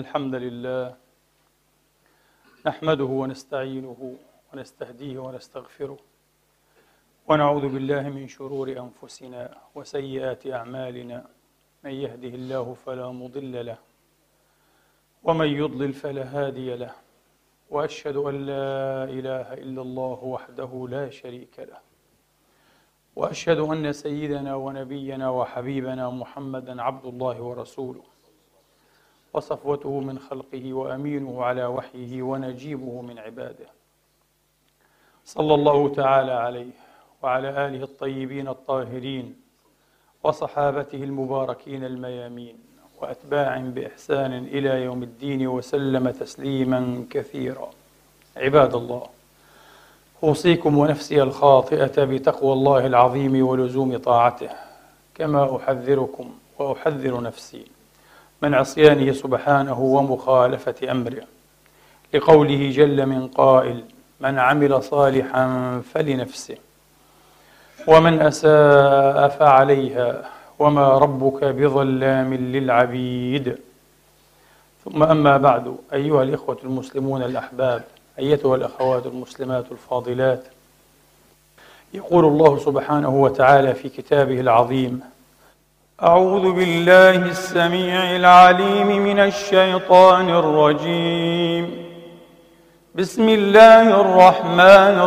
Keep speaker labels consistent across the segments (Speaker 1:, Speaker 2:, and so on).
Speaker 1: الحمد لله نحمده ونستعينه ونستهديه ونستغفره ونعوذ بالله من شرور أنفسنا وسيئات أعمالنا. من يهده الله فلا مضل له ومن يضلل فلا هادي له، وأشهد أن لا إله إلا الله وحده لا شريك له، وأشهد أن سيدنا ونبينا وحبيبنا محمدًا عبد الله ورسوله، وصفوته من خلقه وأمينه على وحيه ونجيبه من عباده، صلى الله تعالى عليه وعلى آله الطيبين الطاهرين وصحابته المباركين الميامين وأتباع بإحسان إلى يوم الدين، وسلم تسليما كثيرا. عباد الله، أوصيكم ونفسي الخاطئة بتقوى الله العظيم ولزوم طاعته، كما أحذركم وأحذر نفسي من عصيانه سبحانه ومخالفة أمره، لقوله جل من قائل: من عمل صالحا فلنفسه ومن أساء فعليها وما ربك بظلام للعبيد. ثم أما بعد، أيها الإخوة المسلمون الأحباب، أيتها الأخوات المسلمات الفاضلات، يقول الله سبحانه وتعالى في كتابه العظيم: أعوذ بالله السميع العليم من الشيطان الرجيم. بسم الله الرحمن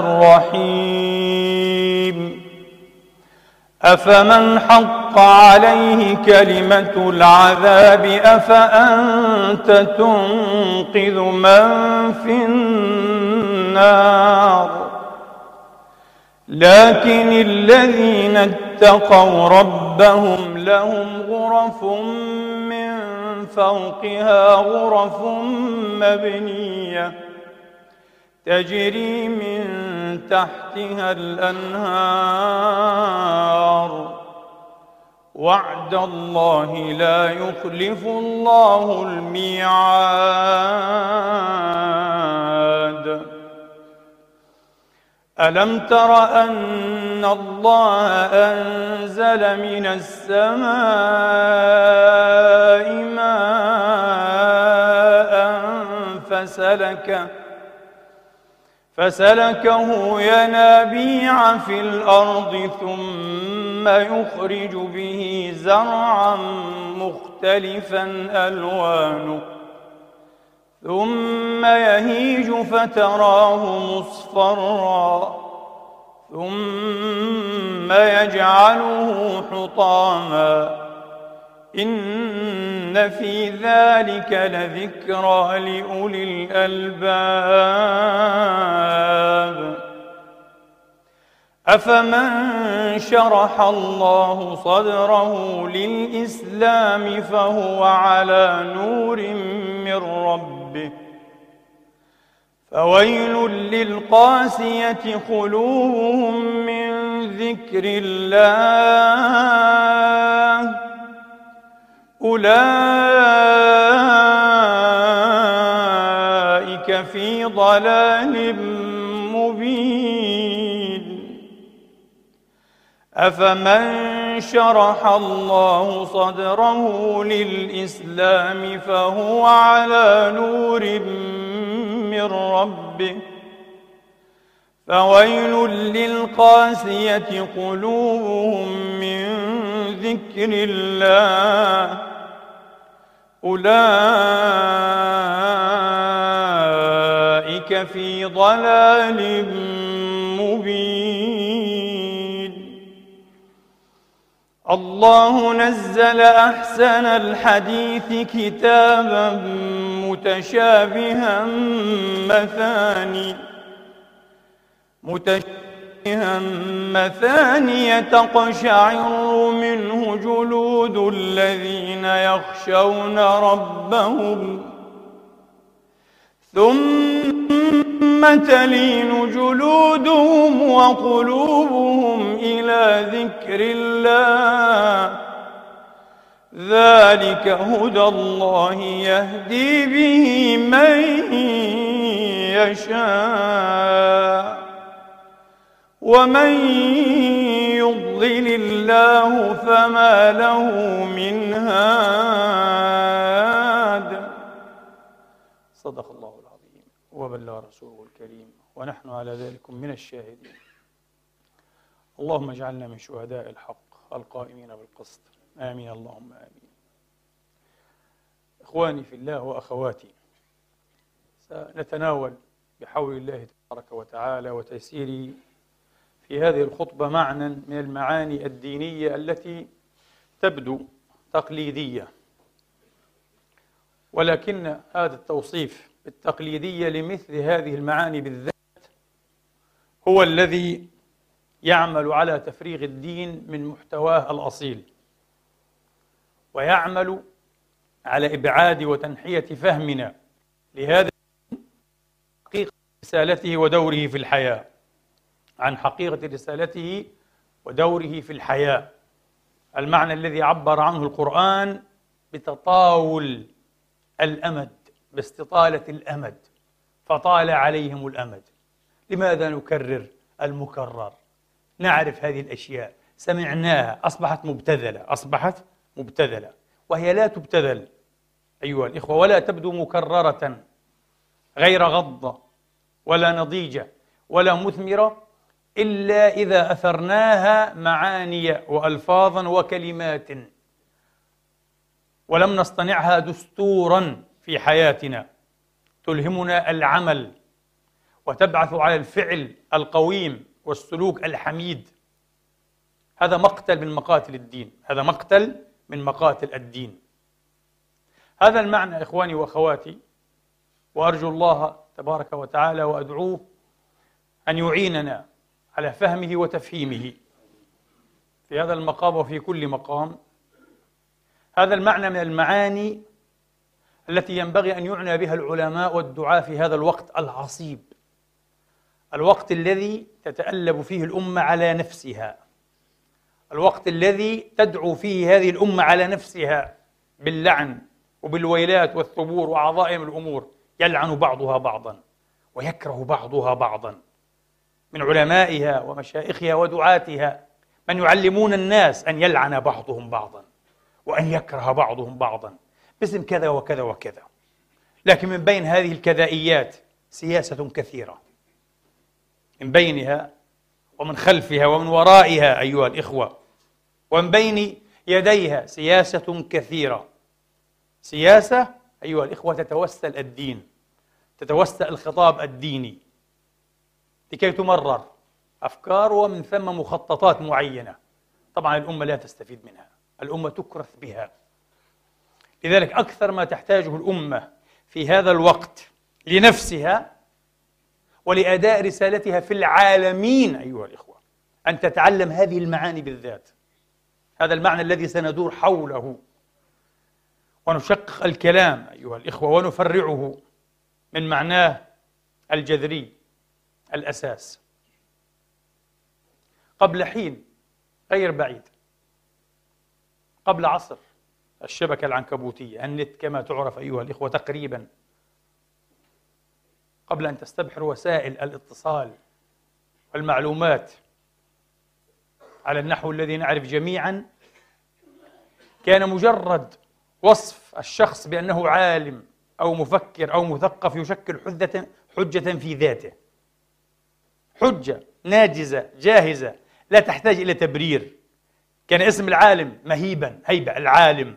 Speaker 1: الرحيم. أفمن حق عليه كلمة العذاب أفأنت تنقذ من في النار. لكن الذين اتقوا ربهم لهم غرف من فوقها غرف مبنية تجري من تحتها الأنهار. وعد الله لا يخلف الله الميعاد. ألم تر أن الله أنزل من السماء ماء فسلكه ينابيع في الأرض ثم يخرج به زرعا مختلفا ألوانه ثم يهيج فتراه مصفرا ثم يجعله حطاما. إن في ذلك لذكرى لأولي الألباب. أفمن شرح الله صدره للإسلام فهو على نور من ربه، فويل للقاسية قلوبهم من ذكر الله، أولئك في ضلال مبين. أفمن شرح الله صدره للإسلام فهو على نور من ربه، فويل للقاسية قلوبهم من ذكر الله، أولئك في ضلال مبين. الله نزل أحسن الحديث كتابا متشابها مثاني تقشعر منه جلود الذين يخشون ربهم ثم تلين جلودهم وقلوبهم إلى ذكر الله. ذلك هدى الله يهدي به من يشاء، ومن يضلل الله فما له من هاد. صدق الله العظيم وبلغ رسوله الكريم ونحن على ذلك من الشاهدين. اللهم اجعلنا من شهداء الحق القائمين بالقسط، آمين اللهم آمين. إخواني في الله وأخواتي، سنتناول بحول الله تبارك وتعالى وتيسيره في هذه الخطبة معنى من المعاني الدينية التي تبدو تقليدية، ولكن هذا التوصيف بالتقليدية لمثل هذه المعاني بالذات هو الذي يعمل على تفريغ الدين من محتواه الأصيل، ويعمل على إبعاد وتنحية فهمنا لهذا حقيقة رسالته ودوره في الحياة عن حقيقة رسالته ودوره في الحياة، المعنى الذي عبر عنه القرآن بتطاول الأمد، باستطالة الأمد، فطال عليهم الأمد. لماذا نكرر المكرر؟ نعرف هذه الأشياء، سمعناها، أصبحت مبتذلة، وهي لا تبتذل أيها الإخوة، ولا تبدو مكررة غير غضة ولا نضيجة ولا مثمرة إلا إذا أثرناها معاني وألفاظا وكلمات، ولم نصطنعها دستورا في حياتنا تلهمنا العمل وتبعث على الفعل القويم والسلوك الحميد. هذا مقتل من مقاتل الدين، هذا مقتل من مقاتل الدين. هذا المعنى إخواني وأخواتي، وأرجو الله تبارك وتعالى وأدعوه أن يعيننا على فهمه وتفهيمه في هذا المقام وفي كل مقام. هذا المعنى من المعاني التي ينبغي أن يعنى بها العلماء والدعاة في هذا الوقت العصيب، الوقت الذي تتألب فيه الأمة على نفسها، الوقت الذي تدعو فيه هذه الأمة على نفسها باللعن وبالويلات والثبور وعظائم الأمور، يلعن بعضها بعضا ويكره بعضها بعضا، من علمائها ومشايخها ودعاتها من يعلمون الناس أن يلعن بعضهم بعضا وأن يكره بعضهم بعضا باسم كذا وكذا وكذا. لكن من بين هذه الكذائيات سياسة كثيرة، من بينها ومن خلفها ومن ورائها أيها الإخوة، ومن بين يديها سياسة كثيرة، سياسة أيها الإخوة تتوسل الدين، تتوسل الخطاب الديني لكي تمرر أفكار ومن ثم مخططات معينة. طبعا الأمة لا تستفيد منها، الأمة تكرث بها. لذلك أكثر ما تحتاجه الأمة في هذا الوقت لنفسها ولأداء رسالتها في العالمين أيها الإخوة أن تتعلم هذه المعاني بالذات، هذا المعنى الذي سندور حوله ونشقق الكلام أيها الإخوة ونفرعه من معناه الجذري الأساس. قبل حين غير بعيد، قبل عصر الشبكة العنكبوتية، النت كما تعرف أيها الإخوة تقريبا، قبل أن تستبحر وسائل الاتصال والمعلومات على النحو الذي نعرف جميعا، كان مجرد وصف الشخص بأنه عالم أو مفكر أو مثقف يشكل حجة في ذاته، حجة ناجزة جاهزة لا تحتاج إلى تبرير. كان اسم العالم مهيبا، هيبة، العالم.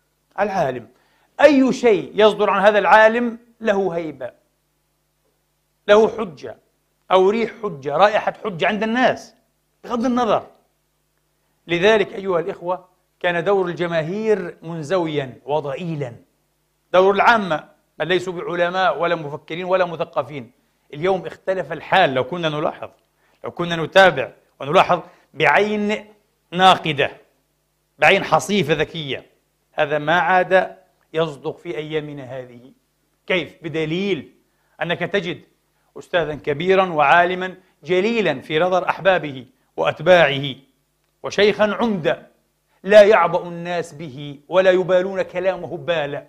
Speaker 1: أي شيء يصدر عن هذا العالم له هيبة، له حجة أو ريح حجة، رائحة حجة عند الناس بغض النظر. لذلك أيها الإخوة كان دور الجماهير منزويا وضئيلا، دور العامة من ليسوا بعلماء ولا مفكرين ولا مثقفين. اليوم اختلف الحال، لو كنا نلاحظ، لو كنا نتابع ونلاحظ بعين ناقدة، بعين حصيفة ذكية، هذا ما عاد يصدق في أيامنا هذه. كيف؟ بدليل أنك تجد أستاذا كبيرا وعالما جليلا في نظر أحبابه وأتباعه وشيخا عمدا لا يعبأ الناس به ولا يبالون كلامه بالا،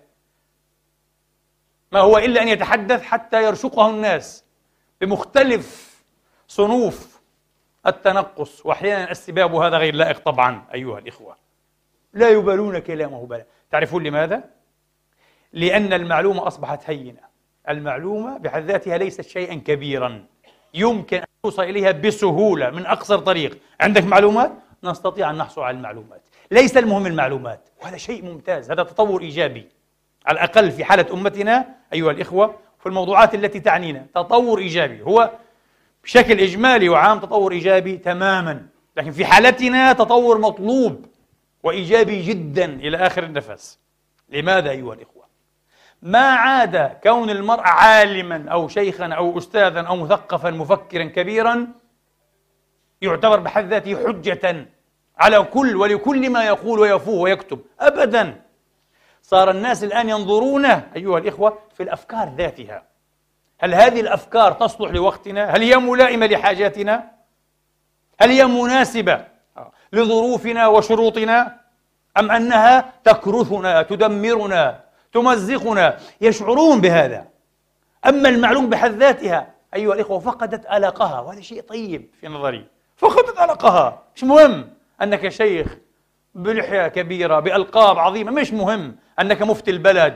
Speaker 1: ما هو إلا أن يتحدث حتى يرشقه الناس بمختلف صنوف التنقص وأحيانا السباب، وهذا غير لائق طبعا أيها الإخوة. لا يبالون كلامه بالا. تعرفون لماذا؟ لأن المعلومة أصبحت هينة، المعلومة بحد ذاتها ليست شيئا كبيرا يمكن أن توصل إليها بسهولة من أقصر طريق. عندك معلومات؟ نستطيع أن نحصل على المعلومات. ليس المهم المعلومات، وهذا شيء ممتاز، هذا تطور إيجابي على الأقل في حالة أمتنا أيها الإخوة في الموضوعات التي تعنينا. تطور إيجابي هو بشكل إجمالي وعام تطور إيجابي تماما، لكن في حالتنا تطور مطلوب وإيجابي جدا إلى آخر النفس. لماذا أيها الإخوة؟ ما عاد كون المرء عالما أو شيخا أو أستاذا أو مثقفا مفكرا كبيرا يعتبر بحد ذاته حجة على كل ولكل ما يقول ويفوه ويكتب، أبدا. صار الناس الآن ينظرون أيها الإخوة في الأفكار ذاتها. هل هذه الأفكار تصلح لوقتنا؟ هل هي ملائمة لحاجاتنا؟ هل هي مناسبة لظروفنا وشروطنا؟ أم أنها تكرثنا، تدمرنا، تمزقنا؟ يشعرون بهذا. أما المعلوم بحد ذاتها أيها الإخوة فقدت ألقها، وهذا شيء طيب في نظري. فقدت ألقها. مش مهم أنك شيخ بلحية كبيرة بألقاب عظيمة، مش مهم أنك مفتي البلد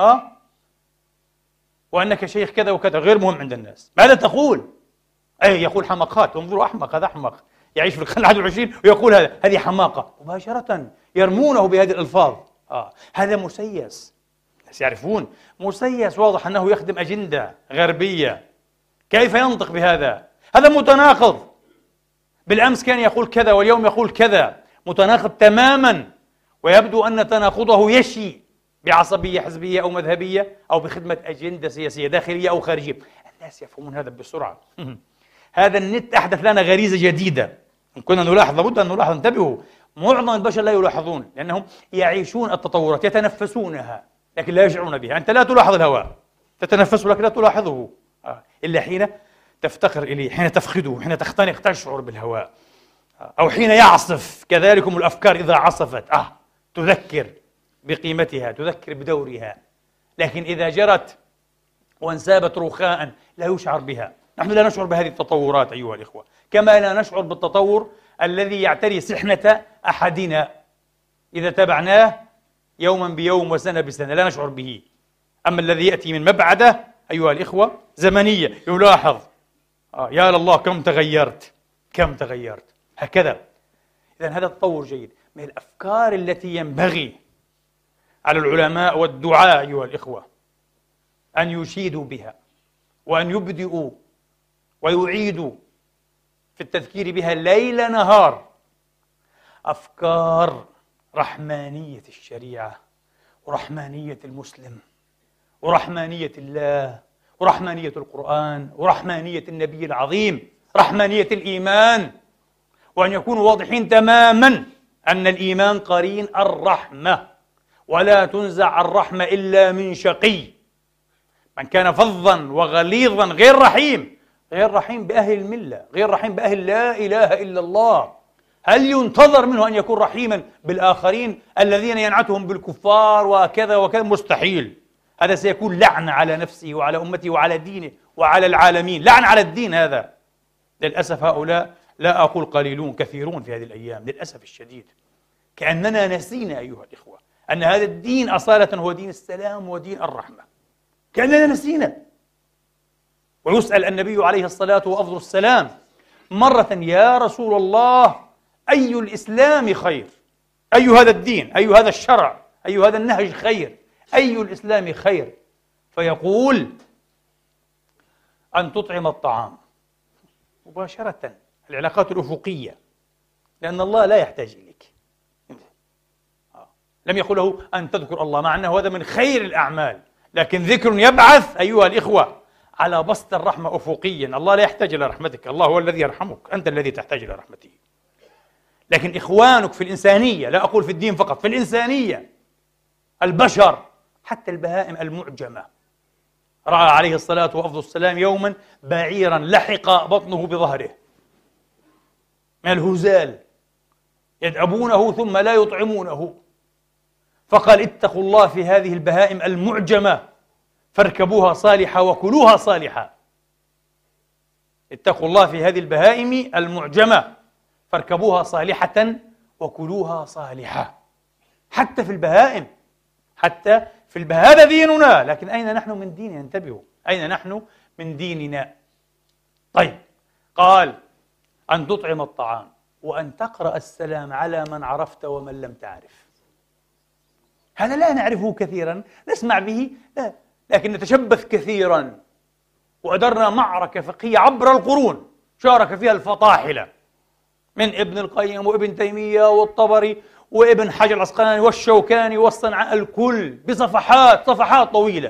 Speaker 1: وأنك شيخ كذا وكذا، غير مهم عند الناس. ماذا تقول؟ أي يقول حماقات، انظروا أحمق، هذا أحمق يعيش في القرن 21 ويقول هذه حماقة مباشرة، يرمونه بهذه الألفاظ. هذا مسيس، الناس يعرفون مسيس، واضح أنه يخدم أجندة غربية. كيف ينطق بهذا؟ هذا متناقض. بالأمس كان يقول كذا واليوم يقول كذا، متناقض تماما، ويبدو أن تناقضه يشي بعصبية حزبية أو مذهبية أو بخدمة أجندة سياسية داخلية أو خارجية. الناس يفهمون هذا بسرعة. هذا النت أحدث لنا غريزة جديدة إن كنا نلاحظ، لابد أن نلاحظ. انتبهوا، معظم البشر لا يلاحظون لأنهم يعيشون التطورات، يتنفسونها لكن لا يشعرون بها. أنت لا تلاحظ الهواء، تتنفسه لكن لا تلاحظه إلا حين تفتقر إليه، حين تفقده، حين تختنق تشعر بالهواء، أو حين يعصف. كذلكم الأفكار إذا عصفت تذكر بقيمتها، تذكر بدورها، لكن إذا جرت وانسابت رخاء لا يشعر بها. نحن لا نشعر بهذه التطورات أيها الإخوة، كما لا نشعر بالتطور الذي يعتري سحنة أحدنا إذا تبعناه يوما بيوم وسنة بسنة، لا نشعر به. أما الذي يأتي من مبعده أيها الإخوة زمنية يلاحظ، يا لله كم تغيرت، كم تغيرت، هكذا. إذن هذا تطور جيد. من الأفكار التي ينبغي على العلماء والدعاء أيها الإخوة أن يشيدوا بها وأن يبدئوا ويعيدوا في التذكير بها ليل نهار، أفكار رحمانية الشريعة ورحمانية المسلم ورحمانية الله ورحمانية القرآن ورحمانية النبي العظيم، رحمانية الإيمان، وأن يكونوا واضحين تماما أن الإيمان قرين الرحمة، ولا تنزع الرحمة إلا من شقي. من كان فظا وغليظا غير رحيم، غير رحيم بأهل الملة، غير رحيم بأهل لا إله إلا الله. هل ينتظر منه أن يكون رحيما بالآخرين الذين ينعتهم بالكفار وكذا وكذا؟ مستحيل. هذا سيكون لعنة على نفسه وعلى أمته وعلى دينه وعلى العالمين، لعنة على الدين. هذا للأسف هؤلاء، لا أقول قليلون، كثيرون في هذه الأيام للأسف الشديد. كأننا نسينا أيها الإخوة أن هذا الدين أصالة هو دين السلام ودين الرحمة، كأننا نسينا. ويسأل النبي عليه الصلاة وأفضل السلام مرة: يا رسول الله، أي الإسلام خير؟ أي هذا الدين، أي هذا الشرع، أي هذا النهج خير؟ أي الإسلام خير؟ فيقول: أن تطعم الطعام. مباشرة العلاقات الأفقية، لأن الله لا يحتاج إليك. لم يقل له أن تذكر الله، مع أنه هذا من خير الأعمال، لكن ذكر يبعث أيها الإخوة على بسط الرحمة أفقيا. الله لا يحتاج إلى رحمتك، الله هو الذي يرحمك، أنت الذي تحتاج إلى رحمته. لكن إخوانك في الإنسانية، لا أقول في الدين فقط، في الإنسانية، البشر، حتى البهائم المعجمة. رأى عليه الصلاة وأفضل السلام يوما بعيرا لحق بطنه بظهره من الهزال، يدعبونه ثم لا يطعمونه، فقال: اتقوا الله في هذه البهائم المعجمة فاركبوها صالحة وكلوها صالحة. اتقوا الله في هذه البهائم المعجمة فاركبوها صالحة وكلوها صالحة. حتى في البهائم حتى في هذا ديننا، لكن أين نحن من ديننا؟ انتبهوا، أين نحن من ديننا؟ طيب، قال أن تطعم الطعام وأن تقرأ السلام على من عرفت ومن لم تعرف. هذا لا نعرفه كثيرا، نسمع به لا، لكن نتشبث كثيرا. وأدرنا معركة فقهية عبر القرون شارك فيها الفطاحلة من ابن القيم وابن تيمية والطبري وابن حجر العسقلاني والشوكاني والصنعاني، الكل بصفحات طويلة.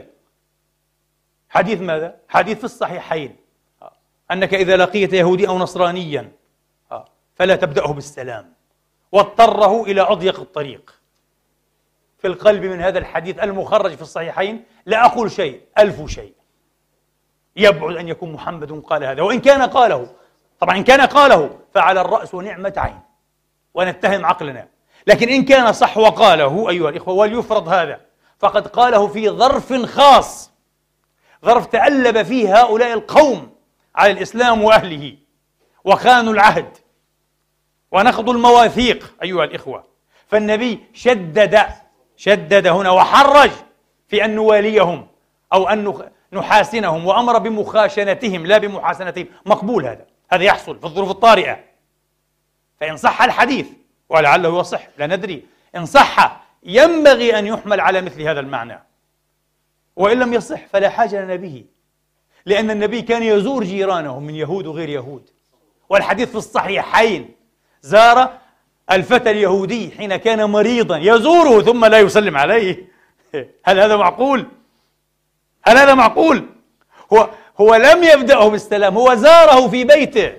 Speaker 1: حديث ماذا؟ حديث في الصحيحين أنك إذا لقيت يهودي أو نصرانيا فلا تبدأه بالسلام، واضطره إلى أضيق الطريق. في القلب من هذا الحديث المخرج في الصحيحين لا أقول شيء، 1000 شيء. يبعد أن يكون محمد قال هذا، وإن كان قاله، طبعا إن كان قاله فعلى الرأس ونعمة عين ونتهم عقلنا، لكن إن كان صح وقاله أيها الإخوة وليفرض هذا، فقد قاله في ظرف خاص، ظرف تألب فيه هؤلاء القوم على الإسلام وأهله وخانوا العهد ونقضوا المواثيق أيها الإخوة. فالنبي شدد هنا وحرج في أن نواليهم أو أن نحاسنهم، وأمر بمخاشنتهم لا بمحاسنتهم. مقبول هذا يحصل في الظروف الطارئة. فإن صح الحديث، ولعله يصح لا ندري، إن صح ينبغي أن يحمل على مثل هذا المعنى، وإن لم يصح فلا حاجة لنا به، لأن النبي كان يزور جيرانه من يهود وغير يهود. والحديث في الصحيحين زار الفتى اليهودي حين كان مريضا، يزوره ثم لا يسلم عليه. هل هذا معقول؟ هل هذا معقول؟ هو لم يبدأه بالسلام، هو زاره في بيته،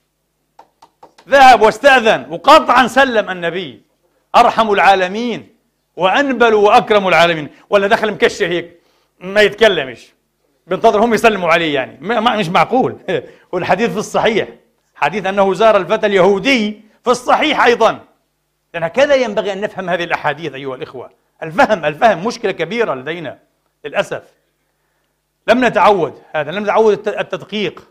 Speaker 1: ذهب واستأذن وقطعا سلم النبي أرحم العالمين وأنبل وأكرم العالمين. ولا دخل مكشر هيك ما يتكلمش، بينتظر هم يسلموا عليه، يعني مش معقول. والحديث في الصحيح، حديث أنه زار الفتى اليهودي في الصحيح أيضا. لأن هكذا ينبغي أن نفهم هذه الأحاديث أيها الإخوة. الفهم مشكلة كبيرة لدينا للأسف. لم نتعود هذا، لم نتعود التدقيق.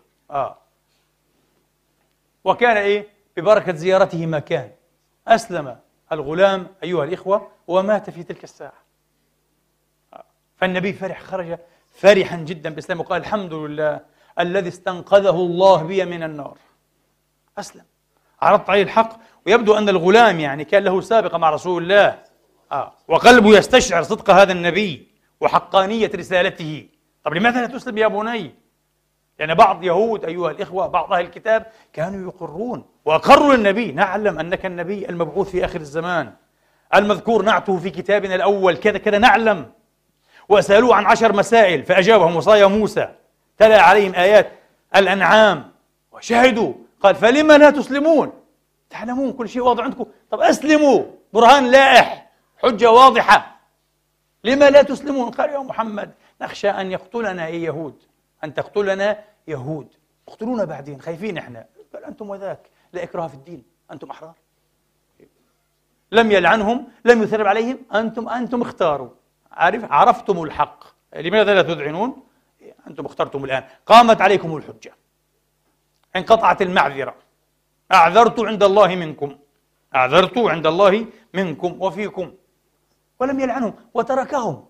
Speaker 1: وكان ببركة زيارته ما كان، أسلم الغلام أيها الإخوة ومات في تلك الساعة. فالنبي خرج فرحا جدا بإسلامه، وقال الحمد لله الذي استنقذه الله بي من النار. أسلم، عرضت عليه الحق، ويبدو أن الغلام يعني كان له سابقة مع رسول الله، وقلبه يستشعر صدق هذا النبي وحقانية رسالته. طب لماذا لا تسلم يا بني؟ يعني بعض يهود أيها الإخوة، بعض أهل الكتاب كانوا يقرون وأقروا للنبي: نعلم أنك النبي المبعوث في آخر الزمان، المذكور نعته في كتابنا الأول كذا كذا، نعلم. وسألوه عن 10 مسائل فأجابهم وصايا موسى، تلا عليهم آيات الأنعام وشهدوا. قال: فلم لا تسلمون؟ تعلمون كل شيء واضح عندكم، طب أسلموا، برهان لائح، حجة واضحة، لما لا تسلمون؟ قال: يا محمد نخشى أن يقتلنا يهود، أن تقتلنا يهود، يقتلونا بعدين، خايفين إحنا. قال: أنتم وذاك، لا إكراه في الدين، أنتم أحرار. لم يلعنهم، لم يثرب عليهم، أنتم اختاروا، عرفتم الحق، لماذا لا تذعنون؟ أنتم اخترتم الآن، قامت عليكم الحجة، انقطعت المعذرة، أعذرت عند الله منكم، أعذرت عند الله منكم وفيكم. ولم يلعنهم وتركهم،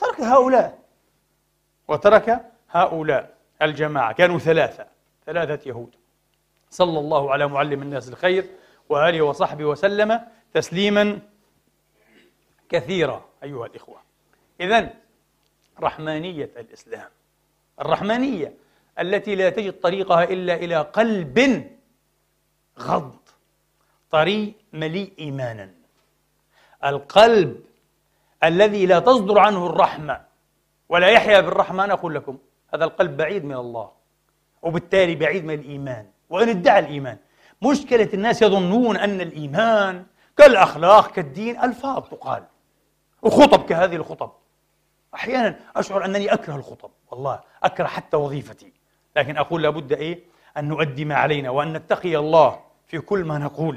Speaker 1: وترك هؤلاء الجماعة، كانوا ثلاثة يهود. صلى الله على معلم الناس الخير وآله وصحبه وسلم تسليما كثيرا أيها الإخوة. إذن رحمانية الإسلام، الرحمانية التي لا تجد طريقها إلا إلى قلب غض طري مليء إيمانا. القلب الذي لا تصدر عنه الرحمة ولا يحيا بالرحمة، أنا أقول لكم هذا القلب بعيد من الله، وبالتالي بعيد من الإيمان، وإن ادعى الإيمان. مشكلة الناس يظنون أن الإيمان كالأخلاق كالدين، ألفاظ تقال وخطب كهذه الخطب. أحيانا أشعر أنني أكره الخطب، والله أكره حتى وظيفتي، لكن أقول لابد أن نؤدي ما علينا وأن نتقي الله في كل ما نقول.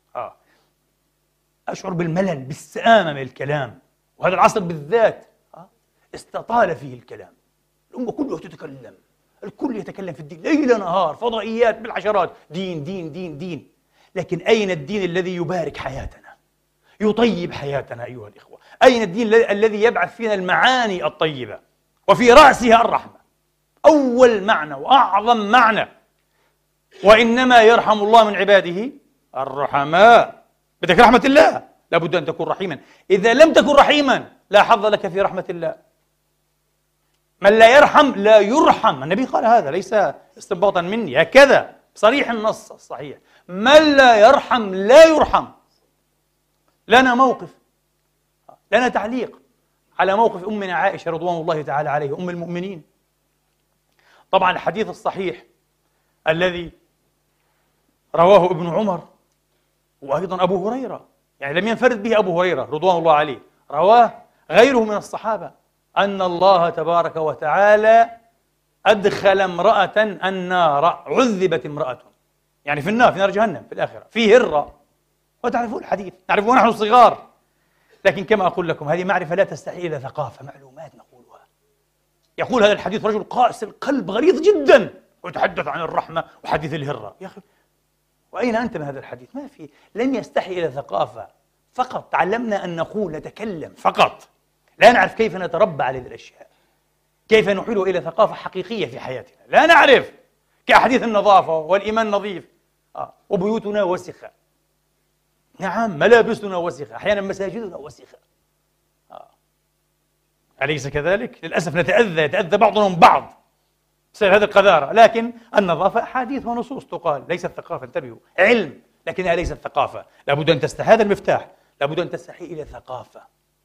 Speaker 1: أشعر بالملل، بالسآمة من الكلام، وهذا العصر بالذات استطال فيه الكلام. الأمة كلها تتكلم، الكل يتكلم في الدين ليل نهار، فضائيات بالعشرات، دين دين دين دين. لكن أين الدين الذي يبارك حياتنا، يطيب حياتنا أيها الإخوة. أين الدين الذي يبعث فينا المعاني الطيبة وفي رأسها الرحمة؟ أول معنى وأعظم معنى: وإنما يرحم الله من عباده الرحماء. بدك رحمة الله لابد أن تكون رحيما. إذا لم تكن رحيما لا حظ لك في رحمة الله. من لا يرحم لا يرحم. النبي قال هذا، ليس استنباطا مني، هكذا صريح النص الصحيح: من لا يرحم لا يرحم. لنا موقف، لنا تعليق على موقف أمنا عائشة رضوان الله تعالى عليه أم المؤمنين. طبعا الحديث الصحيح الذي رواه ابن عمر وأيضا أبو هريرة، يعني لم ينفرد به أبو هريرة رضوان الله عليه، رواه غيره من الصحابة، أن الله تبارك وتعالى أدخل امرأة النار، عذبت امرأة، يعني في النار، في نار جهنم في الآخرة، في هرة. وتعرفون الحديث، نعرفه ونحن صغار، لكن كما أقول لكم هذه معرفة لا تستحيل إلى ثقافة، معلومات نقولها. يقول هذا الحديث رجل قاسي القلب غليظ جدا ويتحدث عن الرحمة وحديث الهرة. يا أخي وأين أنت من هذا الحديث؟ ما في، لن يستحي إلى ثقافة، فقط تعلمنا أن نقول نتكلم فقط، لا نعرف كيف نتربى على هذه الأشياء، كيف نحيل إلى ثقافة حقيقية في حياتنا، لا نعرف. كأحاديث النظافة والإيمان نظيف، وبيوتنا وسخة، نعم ملابسنا وسخة، أحيانا مساجدنا وسخة، أليس كذلك؟ للأسف يتأذى بعضنا من بعض بسبب هذه القذارة. لكن النظافة أحاديث ونصوص تقال، ليست ثقافة، انتبهوا، علم لكنها ليست ثقافة. لابد أن تستحي، هذا المفتاح، لابد أن تستحي إلى ثقافة،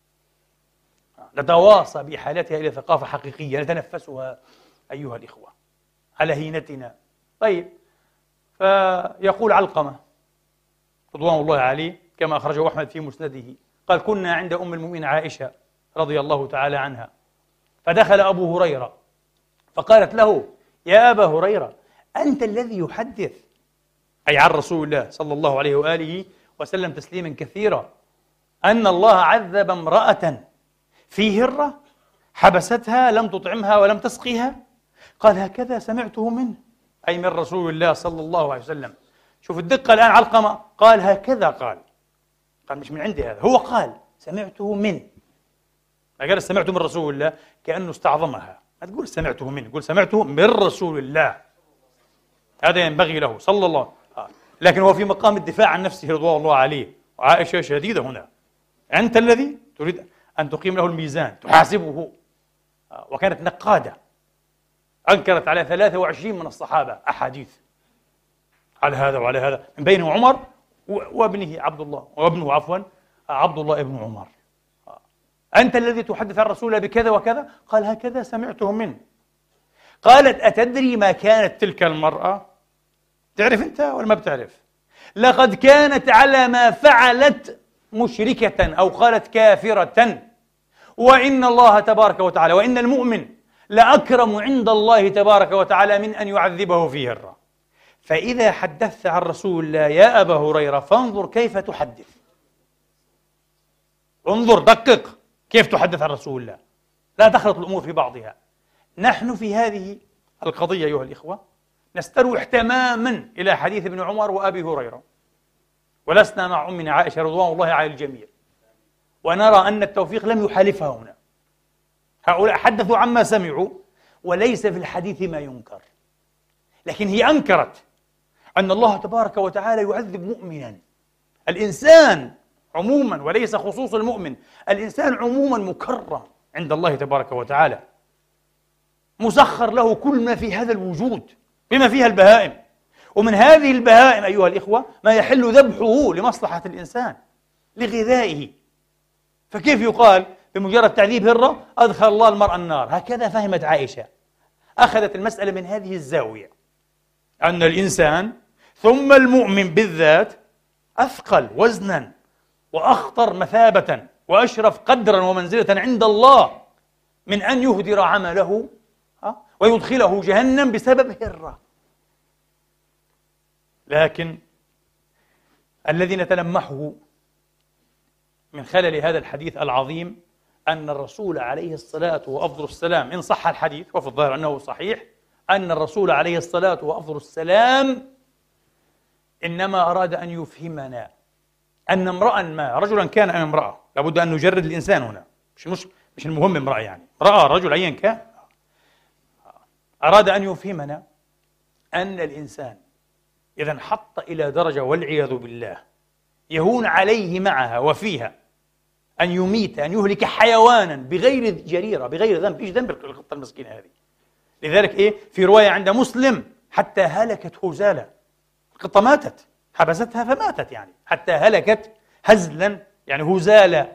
Speaker 1: نتواصى بحالتها إلى ثقافة حقيقية نتنفسها أيها الإخوة على هينتنا. طيب، فيقول علقمة رضوان الله عليه كما أخرجه أحمد في مسنده قال: كنا عند أم المؤمنين عائشة رضي الله تعالى عنها، فدخل أبو هريرة فقالت له: يا أبا هريرة، أنت الذي يحدث، أي عن رسول الله صلى الله عليه وآله وسلم تسليما كثيرا، أن الله عذب امرأة في هرة حبستها لم تطعمها ولم تسقيها. قال: هكذا سمعته منه، أي من رسول الله صلى الله عليه وسلم. شوف الدقة الآن، علقمة قال هكذا، قال مش من عندي هذا، هو قال سمعته من، ما قال سمعته من رسول الله كأنه استعظمها، ما تقول سمعته منه، قول سمعته من رسول الله، هذا ينبغي له صلى الله عليه وسلم. لكن هو في مقام الدفاع عن نفسه رضوان الله عليه، وعائشة شديدة هنا، أنت الذي تريد أن تقيم له الميزان تحاسبه. وكانت نقادة، أنكرت على 23 من الصحابة أحاديث على هذا وعلى هذا، من بينهم عمر وابنه عبد الله، وابنه عفوا عبد الله ابن عمر. أنت الذي تحدث عن رسول الله بكذا وكذا، قال هكذا سمعته منه. قالت: أتدري ما كانت تلك المرأة؟ تعرف أنت ولا ما بتعرف؟ لقد كانت على ما فعلت مشركة، أو قالت كافرة، وإن الله تبارك وتعالى، وإن المؤمن لأكرم عند الله تبارك وتعالى من أن يعذبه في هرة. فإذا حدثت عن رسول الله يا أبا هريرة فانظر كيف تحدث، انظر دقق كيف تحدث عن رسول الله، لا تخلط الأمور في بعضها. نحن في هذه القضية أيها الإخوة نستروح تماما إلى حديث ابن عمر وأبي هريرة، ولسنا مع أمنا عائشة رضوان الله على الجميع، ونرى أن التوفيق لم يحالفها هنا. هؤلاء حدثوا عما سمعوا وليس في الحديث ما ينكر، لكن هي أنكرت أن الله تبارك وتعالى يعذب مؤمنا. الإنسان عموما وليس خصوص المؤمن، الإنسان عموما مكرم عند الله تبارك وتعالى، مسخر له كل ما في هذا الوجود بما فيها البهائم، ومن هذه البهائم أيها الإخوة ما يحل ذبحه لمصلحة الإنسان لغذائه. فكيف يقال بمجرد تعذيب هرة أدخل الله المرأة النار؟ هكذا فهمت عائشة، أخذت المسألة من هذه الزاوية، أن الإنسان ثم المؤمن بالذات أثقل وزنا وأخطر مثابة وأشرف قدرا ومنزلة عند الله من أن يهدر عمله ويدخله جهنم بسبب هرة. لكن الذي نتلمحه من خلال هذا الحديث العظيم أن الرسول عليه الصلاة وأفضل السلام، إن صح الحديث وفي الظاهر أنه صحيح، أن الرسول عليه الصلاة وأفضل السلام إنما أراد أن يفهمنا أن امرأ ما، رجلا كان أم امرأة، لابد أن نجرد الإنسان هنا، مش المهم امرأة، يعني امرأة رجل أيا كان، أراد أن يفهمنا أن الإنسان إذا انحط إلى درجة والعياذ بالله يهون عليه معها وفيها أن يميت، أن يهلك حيوانا بغير جريرة، بغير ذنب، إيش ذنب القطة المسكينة هذه؟ لذلك في رواية عند مسلم حتى هلكت هزالا، القطة ماتت، حبستها فماتت، يعني حتى هلكت هزلا، يعني هزالا.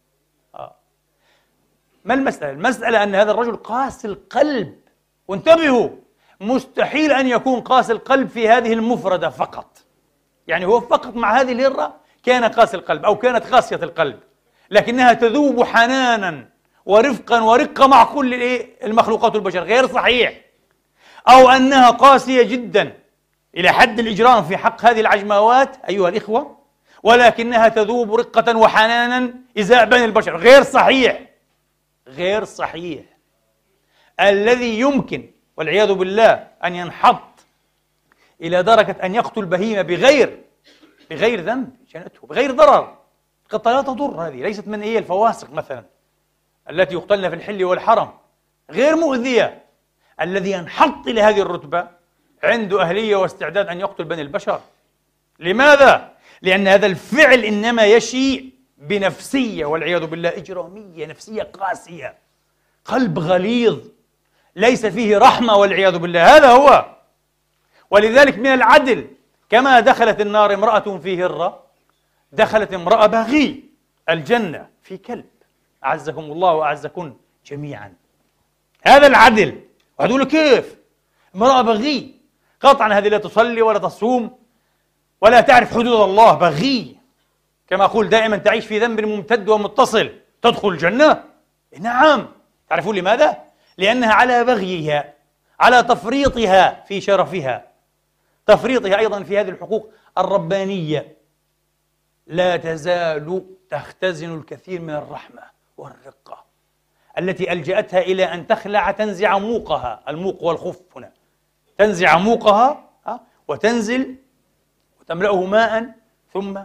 Speaker 1: ما المسألة؟ المسألة أن هذا الرجل قاسي القلب، وانتبهوا، مستحيل أن يكون قاسي القلب في هذه المفردة فقط، يعني هو فقط مع هذه الهرة كان قاسي القلب أو كانت قاسية القلب، لكنها تذوب حنانا ورفقا ورقة مع كل المخلوقات البشر، غير صحيح. أو أنها قاسية جدا إلى حد الإجرام في حق هذه العجماوات أيها الإخوة، ولكنها تذوب رقة وحنانا إزاء بني البشر، غير صحيح، غير صحيح. الذي يمكن والعياذ بالله أن ينحط إلى درجة أن يقتل بهيمة بغير ذنب جنته، بغير ضرر، القطة لا تضر، هذه ليست من الفواسق مثلا التي يقتلن في الحل والحرم، غير مؤذية. الذي ينحط إلى هذه الرتبة عنده أهلية واستعداد أن يقتل بني البشر. لماذا؟ لأن هذا الفعل إنما يشيء بنفسية والعياذ بالله إجرامية، نفسية قاسية، قلب غليظ ليس فيه رحمة والعياذ بالله، هذا هو. ولذلك من العدل كما دخلت النار امرأة في هرة، دخلت امرأة بغي الجنة في كلب، أعزكم الله وأعزكم جميعا. هذا العدل. وهتقول كيف؟ امرأة بغي، قطعا هذه لا تصلي ولا تصوم ولا تعرف حدود الله، بغي، كما أقول دائما تعيش في ذنب ممتد ومتصل، تدخل الجنة؟ نعم. تعرفون لماذا؟ لأنها على بغيها، على تفريطها في شرفها، تفريطها أيضا في هذه الحقوق الربانية، لا تزال تختزن الكثير من الرحمة والرقة التي ألجأتها إلى أن تخلع، تنزع موقها، الموق والخف هنا، تنزع موقها وتنزل وتملأه ماء ثم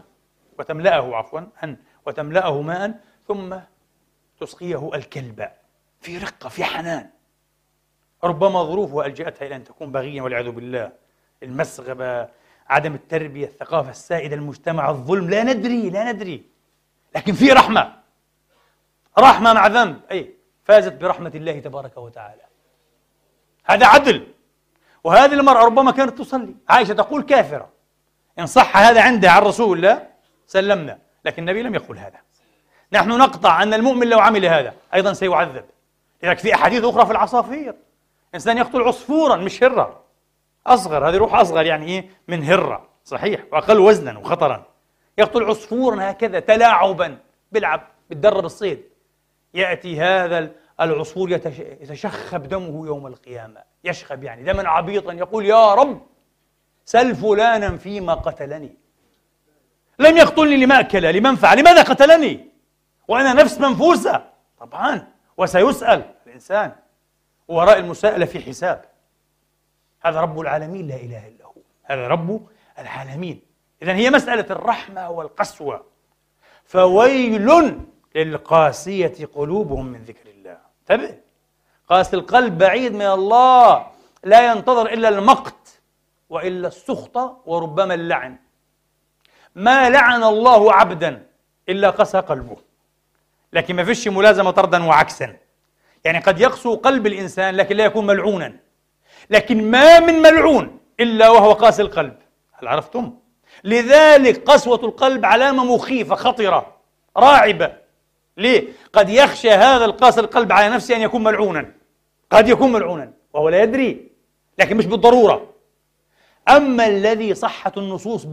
Speaker 1: وتملأه ماء ثم تسقيه الكلب في رقة، في حنان. ربما ظروفها ألجأتها إلى أن تكون بغيا والعياذ بالله، المسغبة، عدم التربية، الثقافة السائدة، المجتمع، الظلم، لا ندري، لكن في رحمة مع ذنب، فازت برحمة الله تبارك وتعالى. هذا عدل. وهذه المرأة ربما كانت تصلي، عائشة تقول كافرة، إن صح هذا عندها عن رسول الله سلمنا، لكن النبي لم يقل هذا. نحن نقطع أن المؤمن لو عمل هذا أيضا سيعذب. لذلك في أحاديث أخرى في العصافير، إنسان يقتل عصفورا مش هرة، أصغر، هذه روح أصغر يعني من هرة، صحيح، وأقل وزنا وخطرا، يقتل عصفورا هكذا تلاعبا، بيلعب، بتدرب الصيد، يأتي هذا العصفور يتشخب دمه يوم القيامة، يشخب يعني دما عبيطا، يقول يا رب سل فلانا فيما قتلني، لم يقتلني لمأكل لمنفعة، لماذا قتلني وأنا نفس منفوسة؟ طبعا، وسيسأل الإنسان، وراء المساءلة في حساب. هذا رب العالمين لا إله إلا هو، هذا رب العالمين. إذن هي مسألة الرحمة والقسوة. فويل للقاسية قلوبهم من ذكر الله. انتبه، قاسي القلب بعيد من الله، لا ينتظر إلا المقت وإلا السخط وربما اللعن. ما لعن الله عبدا إلا قسى قلبه، لكن ما فيش ملازمة طردا وعكسا، يعني قد يقسو قلب الإنسان لكن لا يكون ملعونا، لكن ما من ملعون إلا وهو قاسي القلب. هل عرفتم؟ لذلك قسوة القلب علامة مخيفة خطرة راعبة. ليه؟ قد يخشى هذا القاسي القلب على نفسه أن يكون ملعونا، قد يكون ملعونا وهو لا يدري، لكن مش بالضرورة. أما الذي صحت النصوص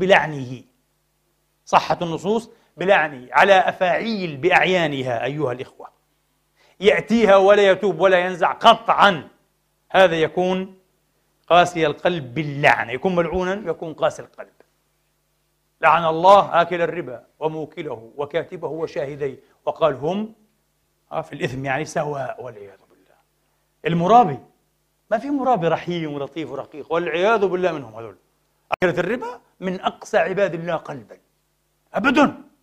Speaker 1: بلعنه على أفاعيل بأعيانها أيها الإخوة، يأتيها ولا يتوب ولا ينزع قطعا، هذا يكون قاسي القلب باللعنة، يكون ملعونا، يكون قاسي القلب. لعن الله آكل الربا وموكله وكاتبه وشاهديه، وقال هم في الإثم يعني سواء والعياذ بالله. المرابي، ما في مرابي رحيم ولطيف ورقيق والعياذ بالله منهم هذول. أكلة الربا من أقسى عباد الله قلبا أبدا،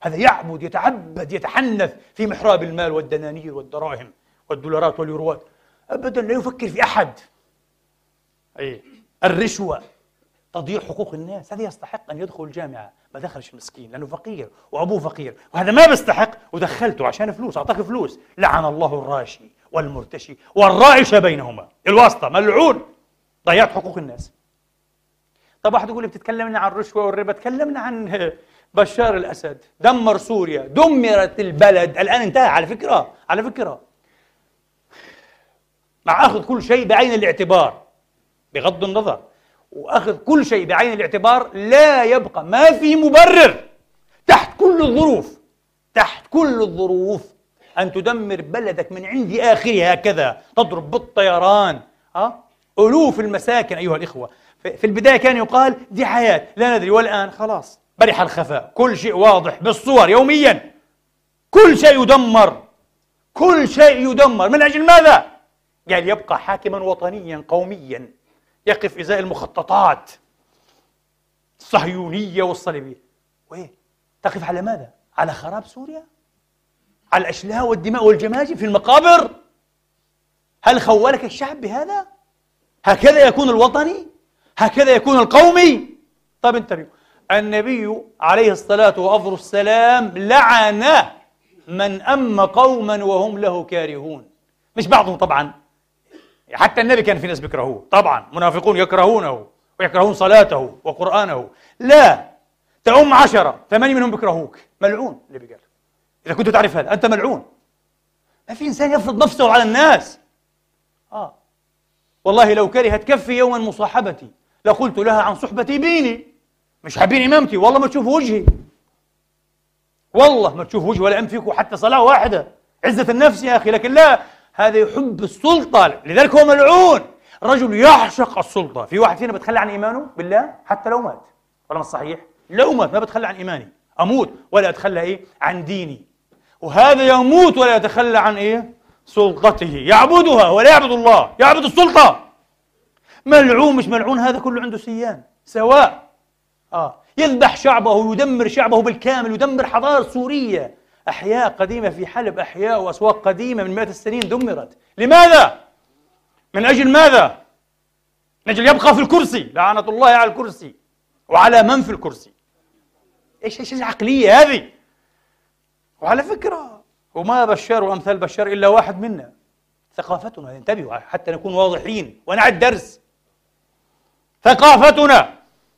Speaker 1: هذا يعبد يتعبد يتحنث في محراب المال والدنانير والدراهم والدولارات واليوروات، أبدا لا يفكر في أحد. أي الرشوة، تضييع حقوق الناس، هذا يستحق أن يدخل الجامعة، ما دخلش المسكين لأنه فقير وأبوه فقير، وهذا ما بيستحق ودخلته عشان فلوس، أعطاك فلوس. لعن الله الراشي والمرتشي والرائش بينهما، الواسطة ملعون، ضيعت حقوق الناس. طب واحد يقول لي بتتكلمنا عن الرشوة والربا، تكلمنا عن بشار الأسد، دمر سوريا، دمرت البلد، الآن انتهى على فكرة مع أخذ كل شيء بعين الاعتبار، بغض النظر، وأخذ كل شيء بعين الاعتبار، لا يبقى، ما في مبرر تحت كل الظروف أن تدمر بلدك من عند آخرها هكذا، تضرب بالطيران ألوف المساكن. أيها الإخوة، في البداية كان يقال دي حياة لا ندري، والآن خلاص برح الخفاء، كل شيء واضح بالصور يوميا، كل شيء يدمر من أجل ماذا؟ قال يبقى حاكما وطنيا قوميا يقف إزاء المخططات الصهيونية والصليبية. وإيه؟ تقف على ماذا؟ على خراب سوريا؟ على الأشلاء والدماء والجماجم في المقابر؟ هل خولك الشعب بهذا؟ هكذا يكون الوطني؟ هكذا يكون القومي؟ طب انتبهوا، النبي عليه الصلاة وأفضل السلام لعن من أم قوما وهم له كارهون، مش بعضهم طبعا، حتى النبي كان في ناس بيكرهوه طبعا، منافقون يكرهونه ويكرهون صلاته وقرآنه، لا تأم 10 8 منهم بيكرهوك، ملعون. النبي قال إذا كنت تعرف هذا أنت ملعون. ما في إنسان يفرض نفسه على الناس. والله لو كرهت كفي يوما مصاحبتي لقلت لها عن صحبتي بيني، مش حابين إمامتي، والله ما تشوف وجهي، والله ما تشوف وجهي ولا أنفك حتى صلاة واحدة، عزة النفس يا أخي. لكن لا، هذا يحب السلطة، لذلك هو ملعون. رجل يعشق السلطة. في واحد فينا بتخلى عن إيمانه بالله حتى لو مات، ولا مش صحيح؟ لو مات ما بتخلى عن إيماني، أموت ولا أتخلى عن ديني. وهذا يموت ولا يتخلى عن سلطته، يعبدها ولا يعبد الله، يعبد السلطة. ملعون مش ملعون، هذا كله عنده سيان سواء. يذبح شعبه، يدمر شعبه بالكامل، يدمر حضارة سورية، أحياء قديمة في حلب، أحياء وأسواق قديمة من مئات السنين دمرت. لماذا؟ من أجل ماذا؟ من أجل يبقى في الكرسي، لعنة الله على الكرسي وعلى من في الكرسي. إيش العقلية هذه؟ وعلى فكرة، وما بشار وأمثال بشار إلا واحد منا. ثقافتنا، انتبهوا حتى نكون واضحين ونعد درس. ثقافتنا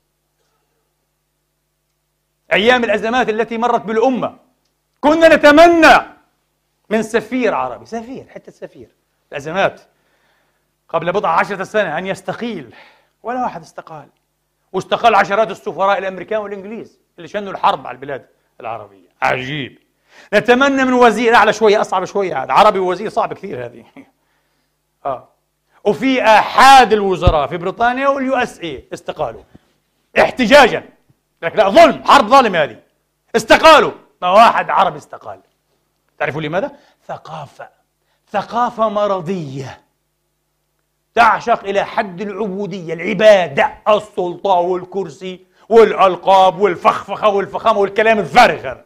Speaker 1: أيام الأزمات التي مرت بالأمة كنا نتمنى من سفير عربي، حتى سفير الأزمات قبل بضع 10 سنة أن يستقيل، ولا واحد استقال، واستقال عشرات السفراء الأمريكان والإنجليز اللي شنوا الحرب على البلاد العربية. عجيب. نتمنى من وزير أعلى شوية، أصعب شوية، هذا عربي ووزير صعب كثير هذه. وفي آحاد الوزراء في بريطانيا واليو اس اي استقالوا احتجاجا، لك لا، ظلم، حرب ظالم هذه، استقالوا. ما واحد عربي استقال. تعرفوا لماذا؟ ثقافة مرضية تعشق إلى حد العبودية، العبادة، السلطة والكرسي والألقاب والفخفخة والفخامة والكلام الفارغ هذا.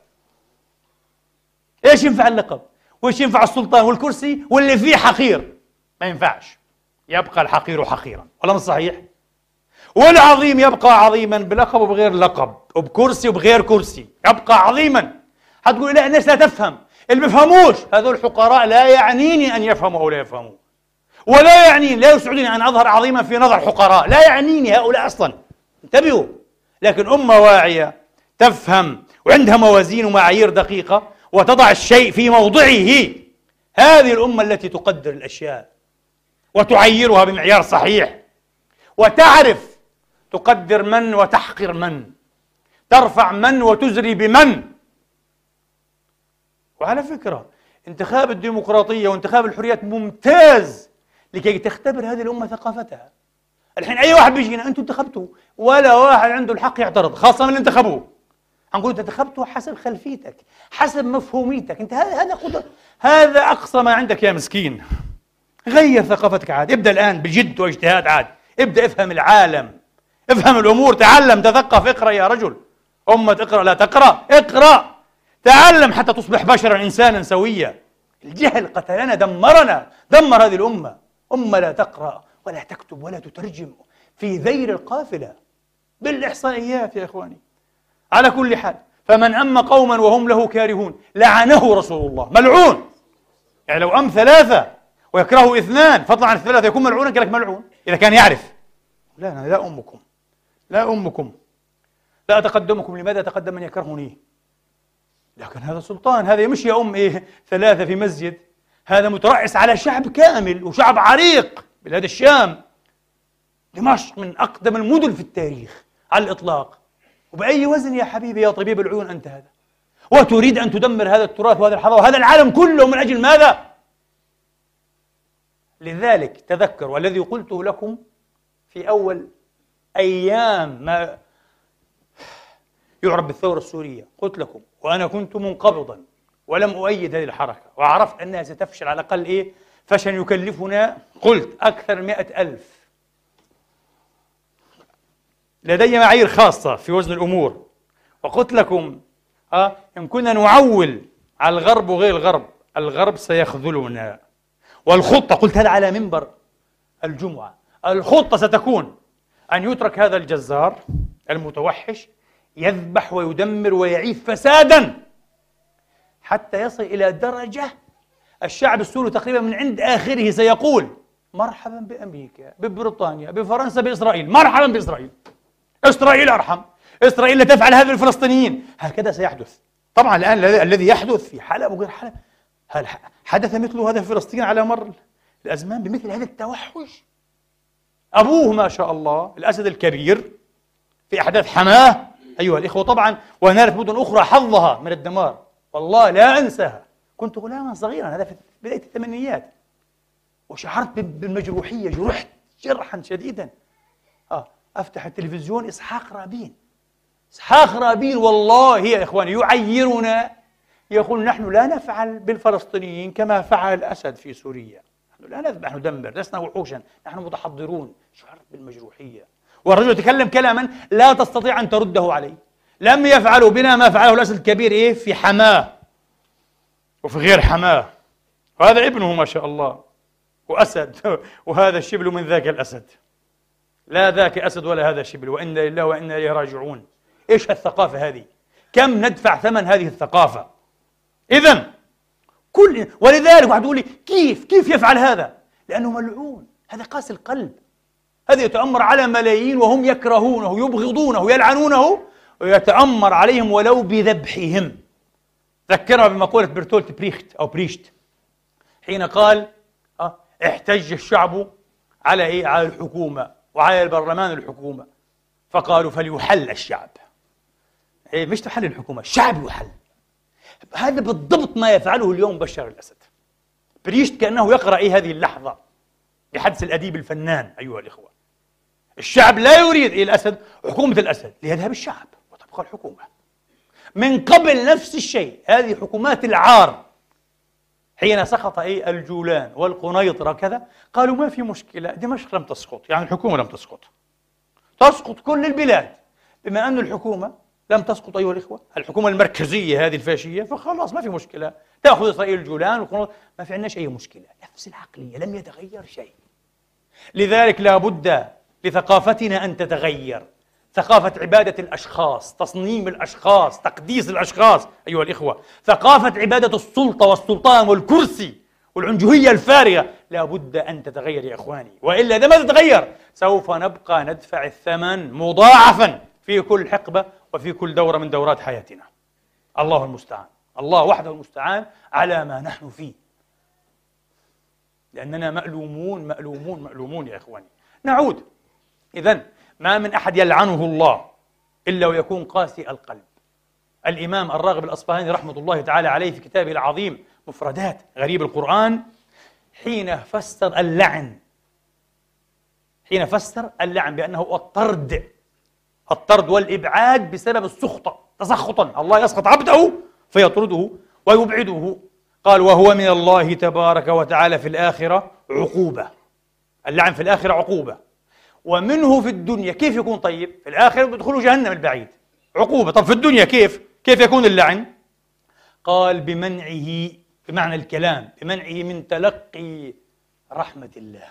Speaker 1: إيش ينفع اللقب؟ وإيش ينفع السلطان والكرسي واللي فيه حقير؟ ما ينفعش. يبقى الحقير حقيرا، ولا مش صحيح؟ والعظيم يبقى عظيما بلقب وبغير لقب، وبكرسي وبغير كرسي، يبقى عظيما. هتقول لا، الناس لا تفهم، اللي بيفهموش هذول حقراء، لا يعنيني أن يفهموا أو لا يفهموا، ولا يعنيني، لا يسعدني أن أظهر عظيما في نظر حقراء، لا يعنيني هؤلاء أصلا. انتبهوا. لكن أمة واعية تفهم وعندها موازين ومعايير دقيقة وتضع الشيء في موضعه، هذه الأمة التي تقدر الأشياء وتعيرها بمعيار صحيح، وتعرف تقدر من وتحقر من، ترفع من وتزري بمن. وعلى فكرة، انتخاب الديمقراطية وانتخاب الحريات ممتاز لكي تختبر هذه الأمة ثقافتها. الحين أي واحد بيجينا أنتم انتخبتوا، ولا واحد عنده الحق يعترض، خاصة من اللي انتخبوه. هنقول أنت انتخبته حسب خلفيتك، حسب مفهوميتك، أنت هذا قدر، هذا أقصى ما عندك يا مسكين. غير ثقافتك عاد، ابدأ الآن بجد واجتهاد عاد، ابدأ افهم العالم، افهم الأمور، تعلم، تثقف، اقرأ يا رجل. أمة اقرأ لا تقرأ، اقرأ. تعلم حتى تصبح بشرا إنسانا سويا. الجهل قتلنا، دمرنا، دمر هذه الأمة. أمة لا تقرأ ولا تكتب ولا تترجم، في ذيل القافلة بالإحصائيات يا إخواني. على كل حال، فمن أم قوما وهم له كارهون لعنه رسول الله، ملعون. يعني لو أم ثلاثة ويكرهه اثنان فضلا عن الثلاثة يكون ملعونا، قال لك ملعون إذا كان يعرف. لا، أنا لا أمكم، لا أمكم، لا أتقدمكم. لماذا أتقدم من يكرهني؟ لكن هذا سلطان، هذا مش يا أم إيه ثلاثة في مسجد، هذا مترأس على شعب كامل وشعب عريق. بلاد الشام، دمشق من أقدم المدن في التاريخ على الإطلاق. وبأي وزن يا حبيبي يا طبيب العيون أنت هذا؟ وتريد أن تدمر هذا التراث وهذا الحضارة وهذا العالم كله من أجل ماذا؟ لذلك تذكروا الذي قلته لكم في أول أيام ما يعرف بالثورة السورية. قلت لكم وأنا كنت منقبضا ولم أؤيد هذه الحركة، وعرفت أنها ستفشل على الأقل فشل يكلفنا، قلت أكثر 100,000. لدي معايير خاصة في وزن الأمور، وقلت لكم إن كنا نعول على الغرب وغير الغرب، الغرب سيخذلنا. والخطة، قلت هذا على منبر الجمعة، الخطة ستكون أن يترك هذا الجزار المتوحش يذبح ويدمر ويعيث فسادا حتى يصل إلى درجة الشعب السوري تقريبا من عند آخره سيقول مرحبا بأمريكا، ببريطانيا، بفرنسا، بإسرائيل، مرحبا بإسرائيل، إسرائيل أرحم، إسرائيل لا تفعل هذا بالفلسطينيين. هكذا سيحدث. طبعا الآن الذي يحدث في حلب وغير حلب، هل حدث مثل هذا في فلسطين على مر الأزمان بمثل هذا التوحش؟ أبوه ما شاء الله الأسد الكبير في أحداث حماه أيها الإخوة طبعا، ونالت مدن أخرى حظها من الدمار، والله لا أنساها. كنت غلاما صغيرا، هذا في بداية الثمانينيات، وشعرت بالمجروحية، جرحت جرحا شديدا. أفتح التلفزيون، إسحاق رابين والله يا إخواني يعيرنا، يقول نحن لا نفعل بالفلسطينيين كما فعل الأسد في سوريا، نحن لا نذبح ندمر، لسنا وحوشا، نحن متحضرون. شعرت بالمجروحية، والرجل يتكلم كلاما لا تستطيع أن ترده عليه. لم يفعلوا بنا ما فعله الأسد الكبير في حماه وفي غير حماه، وهذا ابنه ما شاء الله وأسد وهذا الشبل من ذاك الأسد، لا ذاك أسد ولا هذا شبل، وإنا لله وإنا إليه راجعون. إيش هالثقافة هذه؟ كم ندفع ثمن هذه الثقافة؟ إذن ولذلك واحد يقول لي كيف يفعل هذا؟ لأنه ملعون، هذا قاسي القلب، هذا يتأمر على ملايين وهم يكرهونه يبغضونه يلعنونه، ويتأمر عليهم ولو بذبحهم. ذكرنا بمقولة برتولت بريخت أو بريشت حين قال احتج الشعب على على الحكومة وعلى البرلمان الحكومة، فقالوا فليحل الشعب. مش تحل الحكومة، الشعب يحل. هذا بالضبط ما يفعله اليوم بشار الأسد. بريشت كأنه يقرأ هذه اللحظة بحدث الأديب الفنان أيها الإخوة. الشعب لا يريد الأسد، حكومة الأسد، ليذهب الشعب وتبقى الحكومة. من قبل نفس الشيء هذه حكومات العار حين سقط الجولان والقنيطرة كذا، قالوا ما في مشكلة، دمشق لم تسقط، يعني الحكومة لم تسقط، تسقط كل البلاد. بما أن الحكومة لم تسقط أيها الإخوة، الحكومة المركزية هذه الفاشية، فخلاص ما في مشكلة، تأخذ إسرائيل الجولان والقنيطرة، ما في عندناش أي مشكلة. نفس العقلية، لم يتغير شيء. لذلك لا بد لثقافتنا أن تتغير، ثقافة عبادة الأشخاص، تصنيم الأشخاص، تقديس الأشخاص أيها الإخوة، ثقافة عبادة السلطة والسلطان والكرسي والعنجهية الفارغة، لا بد أن تتغير يا إخواني، وإلا إذا ما تتغير سوف نبقى ندفع الثمن مضاعفا في كل حقبة وفي كل دورة من دورات حياتنا. الله المستعان، الله وحده المستعان على ما نحن فيه، لأننا مألومون مألومون مألومون يا إخواني. نعود. إذن ما من أحد يلعنه الله إلا ويكون قاسي القلب. الإمام الراغب الأصفهاني رحمة الله تعالى عليه في كتابه العظيم مفردات غريب القرآن حين فسر اللعن بأنه الطرد والإبعاد بسبب السخطة، تسخطا، الله يسخط عبده فيطرده ويبعده. قال وهو من الله تبارك وتعالى في الآخرة عقوبة. اللعن في الآخرة عقوبة، ومنه في الدنيا. كيف يكون طيب؟ في الآخرة بدخلوا جهنم البعيد، عقوبة. طب في الدنيا كيف يكون اللعن؟ قال بمنعه، بمعنى الكلام، بمنعه من تلقي رحمة الله.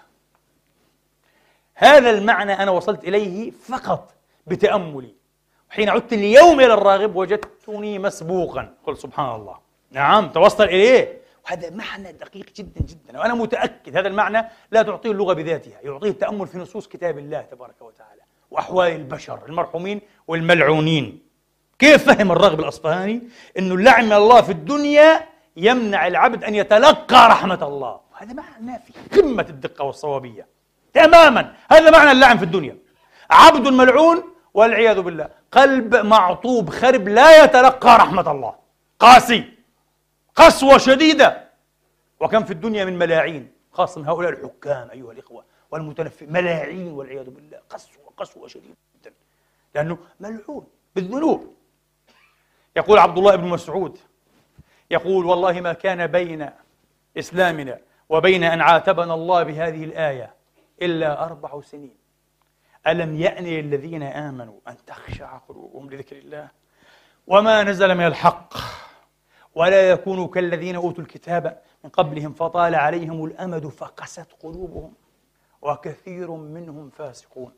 Speaker 1: هذا المعنى أنا وصلت إليه فقط بتأملي، وحين عدت اليوم إلى الراغب وجدتني مسبوقا. قل سبحان الله، نعم توصل إليه. وهذا معنى دقيق جدا جدا، وأنا متأكد هذا المعنى لا تعطيه اللغة بذاتها، يعطيه التأمل في نصوص كتاب الله تبارك وتعالى وأحوال البشر المرحومين والملعونين. كيف فهم الراغب الأصفهاني أنه اللعن من الله في الدنيا يمنع العبد أن يتلقى رحمة الله؟ هذا معنى في قمة الدقة والصوابية تماما. هذا معنى اللعن في الدنيا، عبد ملعون والعياذ بالله، قلب معطوب خرب لا يتلقى رحمة الله، قاسي، قسوة شديدة. وكم في الدنيا من ملاعين، خاصة من هؤلاء الحكام أيها الإخوة والمتنفذين، ملاعين والعياذ بالله، قسوة شديدة جدا، لأنه ملعون بالذنوب. يقول عبد الله بن مسعود، يقول والله ما كان بين إسلامنا وبين أن عاتبنا الله بهذه الآية إلا 4 سنين. ألم يأن للذين آمنوا أن تخشع قلوبهم لذكر الله وما نزل من الحق ولا يكونوا كالذين أوتوا الكتاب من قبلهم فطال عليهم الأمد فقست قلوبهم وكثير منهم فاسقون.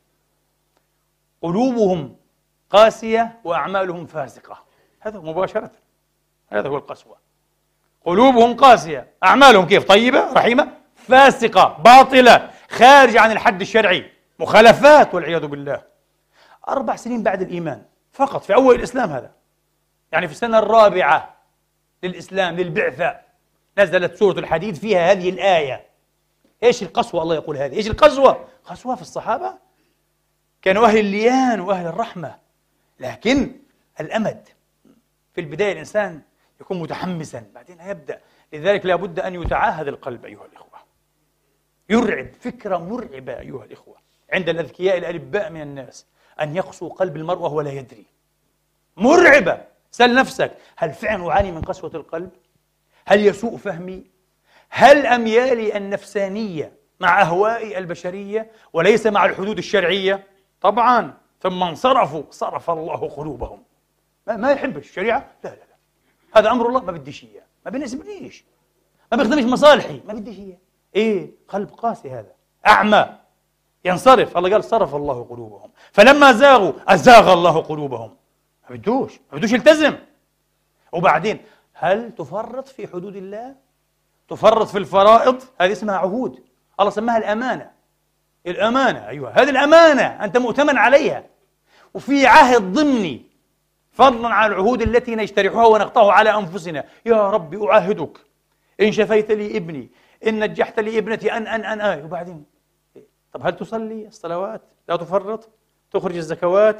Speaker 1: قلوبهم قاسية وأعمالهم فاسقة، هذا مباشرة، هذا هو القسوة. قلوبهم قاسية، أعمالهم كيف؟ طيبة رحيمة، فاسقة باطلة خارجة عن الحد الشرعي، مخالفات والعياذ بالله. 4 سنين بعد الإيمان فقط، في أول الإسلام، هذا يعني في السنة الرابعة للإسلام للبعثة نزلت سورة الحديد فيها هذه الآية. إيش القسوة؟ الله يقول هذه إيش القسوة؟ قسوة في الصحابة كانوا أهل الليان وأهل الرحمة، لكن الأمد في البداية الإنسان يكون متحمسا، بعدين يبدأ، لذلك لا بد أن يتعاهد القلب أيها الإخوة. يرعب، فكرة مرعبة أيها الإخوة عند الأذكياء الألباء من الناس أن يقسو قلب المرء وهو لا يدري. مرعبة. سل نفسك، هل فعلا أعاني من قسوة القلب؟ هل يسوء فهمي؟ هل أميالي النفسانية مع أهوائي البشرية وليس مع الحدود الشرعية؟ طبعا. ثم انصرفوا صرف الله قلوبهم. ما يحب الشريعة، لا لا لا، هذا أمر الله، ما بديش إياه، ما بيناسبنيش، ما بيخدمش مصالحي، ما بديش إياه. إيه؟ قلب قاسي، هذا أعمى، ينصرف. الله قال صرف الله قلوبهم، فلما زاغوا أزاغ الله قلوبهم. ما بدوش يلتزم. وبعدين هل تفرط في حدود الله؟ تفرط في الفرائض؟ هذه اسمها عهود، الله سماها الأمانة. الأمانة، أيوة، هذه الأمانة أنت مؤتمن عليها. وفي عهد ضمني فضلا عن العهود التي نجترحها ونقطعها على أنفسنا. يا ربي أعاهدك إن شفيت لي ابني، إن نجحت لي ابنتي، وبعدين طب هل تصلي الصلوات؟ لا تفرط؟ تخرج الزكوات؟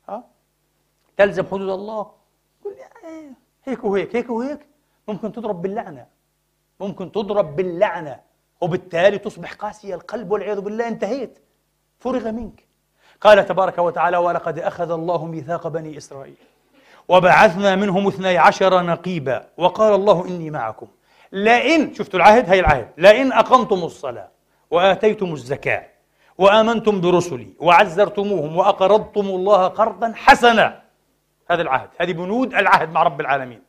Speaker 1: تلزم حدود الله؟ هيك وهيك، هيك وهيك، ممكن تضرب باللعنة، ممكن تضرب باللعنة، وبالتالي تصبح قاسي القلب والعياذ بالله، انتهيت، فرغ منك. قال تبارك وتعالى ولقد أخذ الله ميثاق بني إسرائيل وبعثنا منهم 12 نقيبا وقال الله إني معكم لئن، شفتوا العهد، هي العهد، لئن أقمتم الصلاة وآتيتم الزكاة وآمنتم برسلي وعزرتموهم وأقرضتم الله قرضا حسنا. هذا العهد، هذه بنود العهد مع رب العالمين.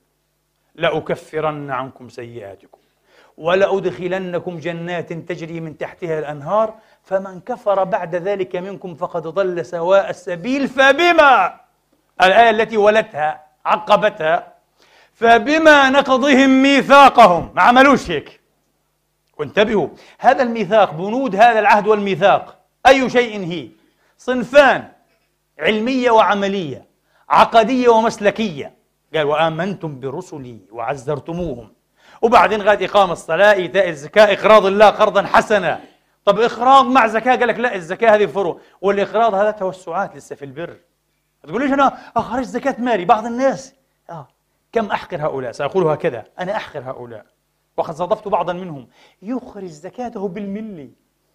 Speaker 1: لأكفرن عنكم سيئاتكم ولأدخلنكم جنات تجري من تحتها الأنهار فمن كفر بعد ذلك منكم فقد ضل سواء السبيل. فبما، الآية التي ولتها عقبتها، فبما نقضهم ميثاقهم، ما عملوش هيك. وانتبهوا، هذا الميثاق، بنود هذا العهد والميثاق أي شيء هي؟ صنفان، علمية وعملية، عقدية ومسلكية. قال وآمنتم برسلي وعزرتموهم، وبعدين غاد إقام الصلاة، إيتاء الزكاة، إقراض الله قرضا حسنا. طب إقراض مع زكاة؟ قال لك لا، الزكاة هذه فروع، والإقراض هذا توسعات لسه في البر. ما تقوليش أنا أخرج زكاة مالي. بعض الناس كم أحقر هؤلاء، سأقول هكذا، أنا أحقر هؤلاء وقد صادفت بعضا منهم يخرج زكاته بالملي،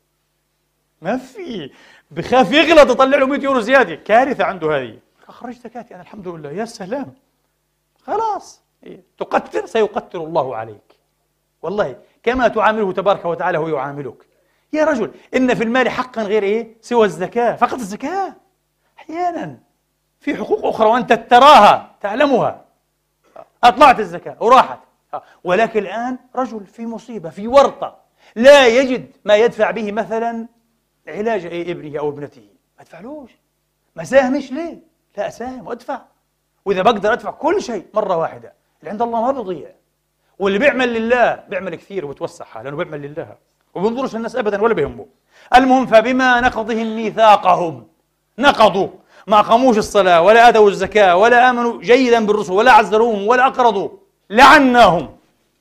Speaker 1: ما في، بخاف يغلط يطلع له 100 يورو زيادة، كارثة عنده هذه. أخرج زكاتي أنا الحمد لله، يا سلام، خلاص تقتر سيقتر الله عليك. والله كما تعامله تبارك وتعالى هو يعاملك. يا رجل إن في المال حقا غير سوى الزكاة، فقط الزكاة. أحيانا في حقوق أخرى وأنت تراها تعلمها. أطلعت الزكاة وراحت. ولكن الآن رجل في مصيبة، في ورطة، لا يجد ما يدفع به مثلا علاج ابنه أو ابنته، ما أدفعلوش، ما ساهمش ليه؟ لا أساهم وأدفع، وإذا بقدر أدفع كل شيء مرة واحدة. اللي عند الله ما بيضيع، واللي بيعمل لله بيعمل كثير وبتوسعها لأنه بيعمل لله وبينظرش الناس أبدا ولا بيهمه. المهم، فبما نقضهم ميثاقهم، نقضوا، ما أقاموش الصلاة ولا آتوا الزكاة ولا آمنوا جيدا بالرسل ولا عزروهم ولا أقرضوا، لعناهم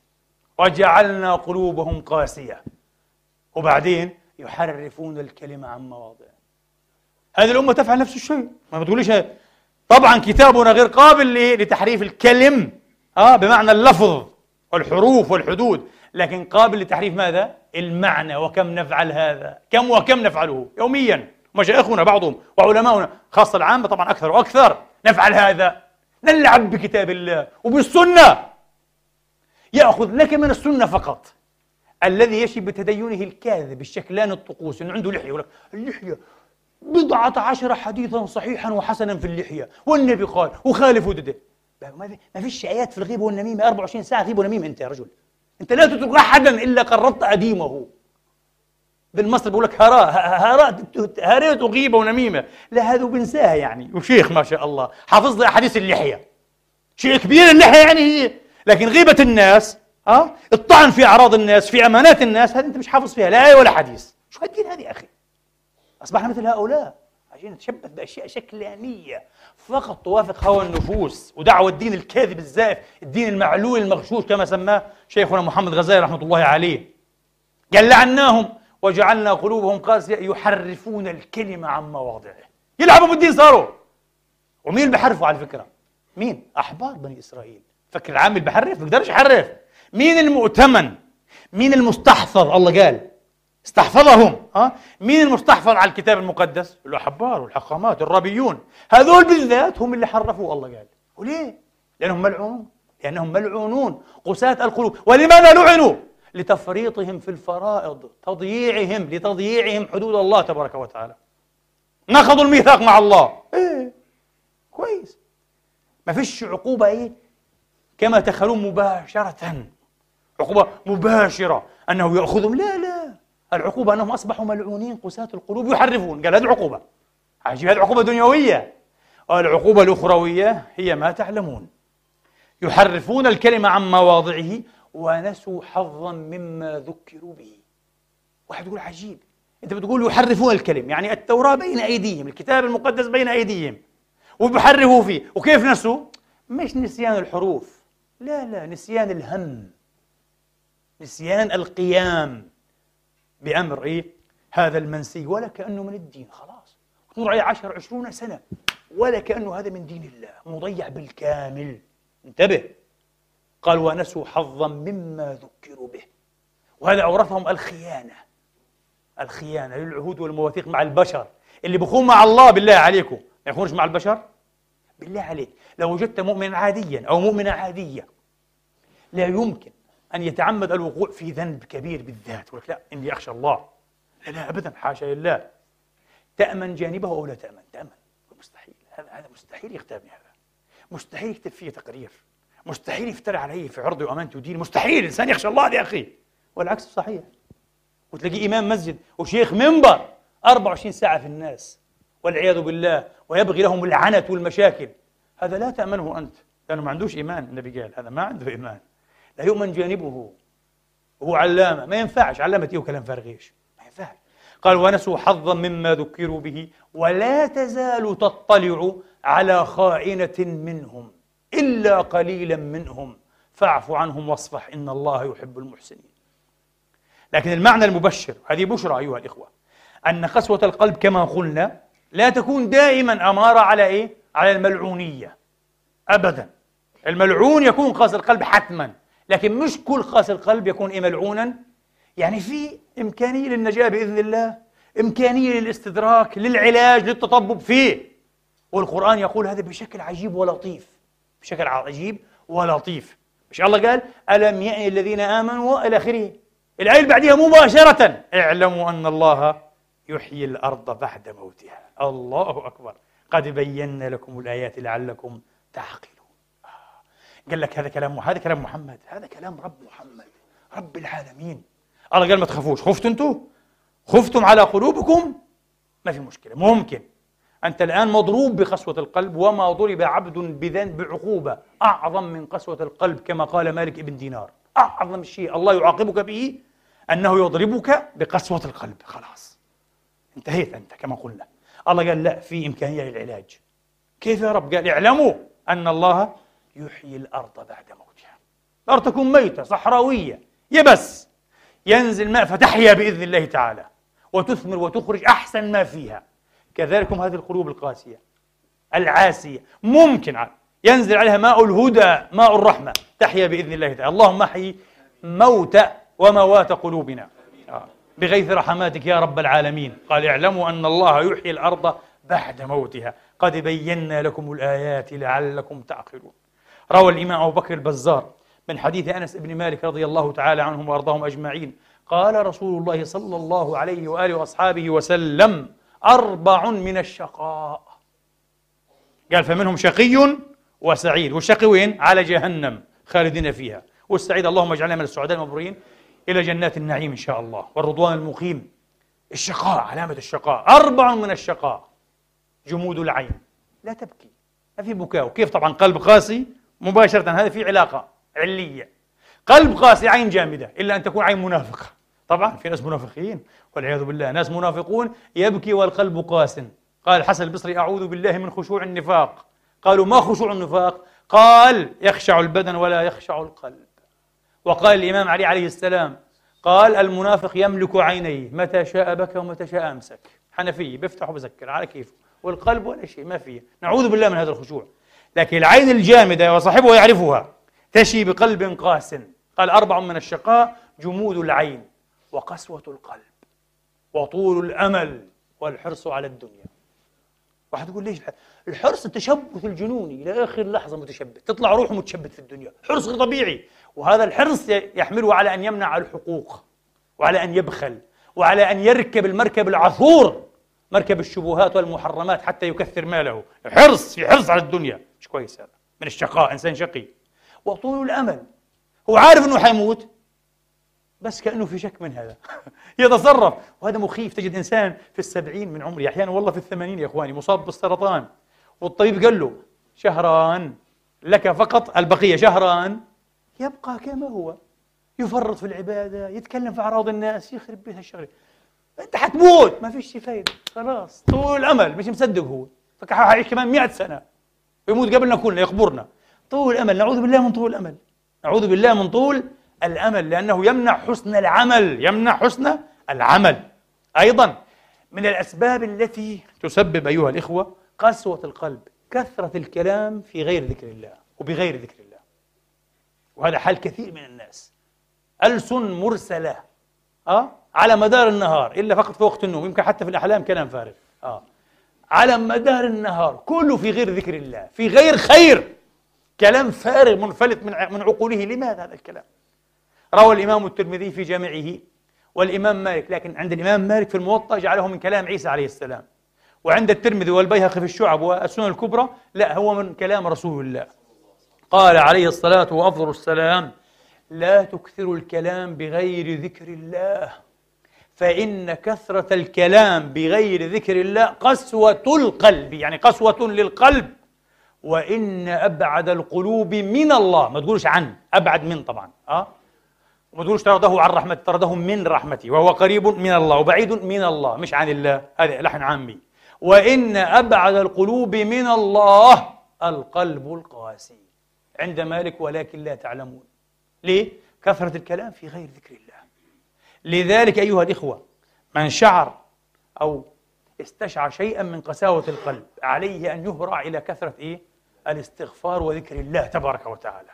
Speaker 1: وجعلنا قلوبهم قاسية. وبعدين يحرفون الكلمة عن مواضعه. هذه الأمة تفعل نفس الشيء، ما بتقوليش. طبعا كتابنا غير قابل لتحريف الكلم بمعنى اللفظ والحروف والحدود، لكن قابل لتحريف ماذا؟ المعنى. وكم نفعل هذا، كم وكم نفعله يوميا. مشايخنا بعضهم وعلماؤنا خاصة العامة طبعا أكثر وأكثر نفعل هذا، نلعب بكتاب الله وبالسنة. يأخذ لك من السنة فقط الذي يشي بتدينه الكاذب الشكلان الطقوس، إنه عنده لحية، يقول لك اللحية 11 حديثا صحيحا وحسنا في اللحية، والنبي قال وخالف ودده. ما فيش آيات في الغيبة والنميمة 24 ساعة غيبة ونميمة. أنت يا رجل، أنت لا تترك أحدا إلا قرضت أديمه. بالمصري بقول لك هريت وغيبة ونميمة، لا هذا بنساها يعني. وشيخ ما شاء الله حافظ لي أحاديث اللحية، شيء كبير اللحية يعني هي. لكن غيبة الناس، الطعن في أعراض الناس، في أمانات الناس، هذه أنت مش حافظ فيها لا آية ولا حديث. شو هالدين هذه يا أخي؟ أصبحنا مثل هؤلاء عشان نتشبث بأشياء شكلانية فقط توافق هوى النفوس ودعوة الدين الكاذب الزائف، الدين المعلول المغشوش كما سماه شيخنا محمد غزالي رحمة الله عليه. قال لعناهم وجعلنا قلوبهم قاسية يحرفون الكلمة عن مواضعه. يلعبوا بالدين صاروا. ومين اللي بحرفوا على فكرة؟ مين؟ أحبار بني إسرائيل. فكر العام اللي بحرف ما بيقدرش يحرف. مين المؤتمن؟ مين المستحفظ؟ الله قال استحفظهم. مين المستحفظ على الكتاب المقدس؟ الأحبار والحقامات الربيون. هذول بالذات هم اللي حرفوا. الله قال. وليه؟ لأنهم ملعونون قساة القلوب. ولماذا لعنوا؟ لتفريطهم في الفرائض، لتضييعهم حدود الله تبارك وتعالى. نقضوا الميثاق مع الله. كويس. ما فيش عقوبة كما تخلون مباشرة، عقوبة مباشرة أنه يأخذهم. لا، العقوبة أنهم أصبحوا ملعونين قساة القلوب يحرفون. قال هذه العقوبة عجيب، هذه عقوبة دنيوية. العقوبة الأخروية هي ما تعلمون، يحرفون الكلمة عن مواضعه ونسوا حظا مما ذكروا به. واحد يقول عجيب، أنت بتقول يحرفون الكلم، يعني التوراة بين أيديهم، الكتاب المقدس بين أيديهم وبيحرفوا فيه، وكيف نسوا؟ مش نسيان الحروف، لا، نسيان الهم، نسيان القيام بأمر هذا المنسي، ولا كأنه من الدين. خلاص تمر عليه 10-20 سنة ولا كأنه هذا من دين الله، مضيع بالكامل. انتبه، قال ونسوا حظا مما ذكروا به. وهذا أورثهم الخيانة للعهود والمواثيق مع البشر. اللي بيخون مع الله بالله عليكم ما يخونش مع البشر. بالله عليك لو وجدت مؤمنا عاديا أو مؤمنة عادية لا يمكن أن يتعمد الوقوع في ذنب كبير بالذات، يقول لك لا إني أخشى الله، لا أبدا، حاشا لله. تأمن جانبه أو لا تأمن، مستحيل. هذا مستحيل يغتابني، هذا مستحيل يكتب فيه تقرير، مستحيل يفتري علي في عرضي وأمانتي وديني، مستحيل. الإنسان يخشى الله يا أخي، والعكس صحيح. وتلاقي إمام مسجد وشيخ منبر 24 ساعة في الناس والعياذ بالله، ويبغي لهم العنت والمشاكل. هذا لا تأمنه أنت، لأنه ما عندوش إيمان. النبي قال هذا ما عنده إيمان، لا يؤمن جانبه، وهو علامة. ما ينفعش علامة وكلام فارغيش، ما ينفعش. قال ونسوا حظا مما ذكروا به ولا تزال تطلع على خائنة منهم إلا قليلا منهم فاعف عنهم واصفح إن الله يحب المحسنين. لكن المعنى المبشر، هذه بشرى أيها الإخوة، أن قسوة القلب كما قلنا لا تكون دائما أمارة على على الملعونية أبدا. الملعون يكون قاسي القلب حتما، لكن مش كل قاسي القلب يكون ملعونا. يعني في إمكانية للنجاة بإذن الله، إمكانية للاستدراك، للعلاج، للتطبب فيه. والقرآن يقول هذا بشكل عجيب ولطيف، بشكل عجيب ولطيف. مش الله قال ألم يأن الذين آمنوا إلى آخره. الآية اللي بعدها مباشرة اعلموا أن الله يحيي الأرض بعد موتها. الله أكبر، قد بينا لكم الآيات لعلكم تعقلون. قال لك هذا كلام محمد، هذا كلام رب محمد رب العالمين. الله قال ما تخافوش. خفتوا أنتم؟ خفتم على قلوبكم؟ ما في مشكلة. ممكن أنت الآن مضروب بقسوة القلب، وما ضرب عبد بذنب بعقوبة أعظم من قسوة القلب، كما قال مالك ابن دينار. أعظم شيء الله يعاقبك به أنه يضربك بقسوة القلب. خلاص انتهيت أنت كما قلنا. الله قال لا، في إمكانية للعلاج. كيف يا رب؟ قال اعلموا أن الله يحيي الأرض بعد موتها. الأرض تكون ميتة صحراوية يبس، ينزل ماء فتحيا بإذن الله تعالى وتثمر وتخرج أحسن ما فيها. كذلك هذه القلوب القاسية العاسية ممكن ينزل عليها ماء الهدى، ماء الرحمة، تحيا بإذن الله تعالى. اللهم احيي موت وموات قلوبنا بغيث رحماتك يا رب العالمين. قال اعلموا أن الله يحيي الأرض بعد موتها قد بينا لكم الآيات لعلكم تعقلون. روى الإمام أبو بكر البزار من حديث أنس بن مالك رضي الله تعالى عنهم وأرضاهم أجمعين قال رسول الله صلى الله عليه وآله وأصحابه وسلم 4 من الشقاء. قال فمنهم شقي وسعيد. والشقي وين؟ على جهنم خالدين فيها، والسعيد اللهم اجعلنا من السعداء المبرورين إلى جنات النعيم إن شاء الله والرضوان المقيم. الشقاء علامة الشقاء. 4 من الشقاء: جمود العين، لا تبكي، ما في بكاء. وكيف طبعا قلب قاسي مباشرة، هذا في علاقة علية. قلب قاسي عين جامدة، إلا أن تكون عين منافقة. طبعا في ناس منافقين والعياذ بالله، ناس منافقون يبكي والقلب قاس. قال الحسن البصري أعوذ بالله من خشوع النفاق. قالوا ما خشوع النفاق؟ قال يخشع البدن ولا يخشع القلب. وقال الإمام علي عليه السلام قال المنافق يملك عينيه، متى شاء بكى ومتى شاء أمسك. حنفية بيفتح وبسكر على كيفه، والقلب ولا شيء ما فيه. نعوذ بالله من هذا الخشوع. لكن العين الجامدة وصاحبه يعرفها تشي بقلب قاس. قال 4 من الشقاء: جمود العين وقسوة القلب وطول الأمل والحرص على الدنيا. واحد يقول ليش الحرص؟ التشبث الجنوني إلى آخر لحظة متشبث، تطلع روحه متشبث في الدنيا، حرص غير طبيعي. وهذا الحرص يحمله على أن يمنع الحقوق، وعلى أن يبخل، وعلى أن يركب المركب العثور، مركب الشبهات والمحرمات حتى يكثر ماله. حرص، في حرص على الدنيا، مش كويس. هذا من الشقاء، إنسان شقي. وطول الأمل، هو عارف أنه حيموت بس كأنه في شك من هذا يتصرف، وهذا مخيف. تجد إنسان في 70 من عمره، أحيانا والله في 80 يا إخواني، مصاب بالسرطان، والطبيب قال له 2 لك فقط، البقية 2 يبقى كما هو، يفرط في العبادة، يتكلم في أعراض الناس، يخرب بيت الشغلة. أنت حتموت، ما فيش فايدة، خلاص. طول الأمل، مش مصدق هو، فكر حيعيش كمان 100 سنة ويموت قبلنا كلنا، يقبرنا. طول الأمل، نعوذ بالله من طول الأمل، نعوذ بالله من طول الأمل، لأنه يمنع حسن العمل، يمنع حسن العمل. أيضا من الأسباب التي تسبب أيها الإخوة قسوة القلب كثرة الكلام في غير ذكر الله وبغير ذكر الله. وهذا حال كثير من الناس، ألسن مرسلة على مدار النهار، إلا فقط في وقت النوم، يمكن حتى في الأحلام كلام فارغ. على مدار النهار كله في غير ذكر الله، في غير خير، كلام فارغ منفلت من عقوله. لماذا هذا الكلام؟ روى الإمام الترمذي في جامعه والإمام مالك، لكن عند الإمام مالك في الموطأ جعله من كلام عيسى عليه السلام، وعند الترمذي والبيهقي في الشعب والسنن الكبرى لا، هو من كلام رسول الله. قال عليه الصلاة وأفضل السلام: لا تكثروا الكلام بغير ذكر الله، فإن كثرة الكلام بغير ذكر الله قسوة القلب، يعني قسوة للقلب، وإن أبعد القلوب من الله. ما تقولش عن، أبعد من طبعا، وما تقولش طرده عن رحمته، طرده من رحمته، وهو قريب من الله وبعيد من الله، مش عن الله، هذا لحن عامي. وإن أبعد القلوب من الله القلب القاسي، عند مالك ولكن لا تعلمون. ليه؟ كثرة الكلام في غير ذكر الله. لذلك أيها الإخوة، من شعر أو استشعر شيئا من قساوة القلب عليه أن يهرع إلى كثرة الاستغفار وذكر الله تبارك وتعالى.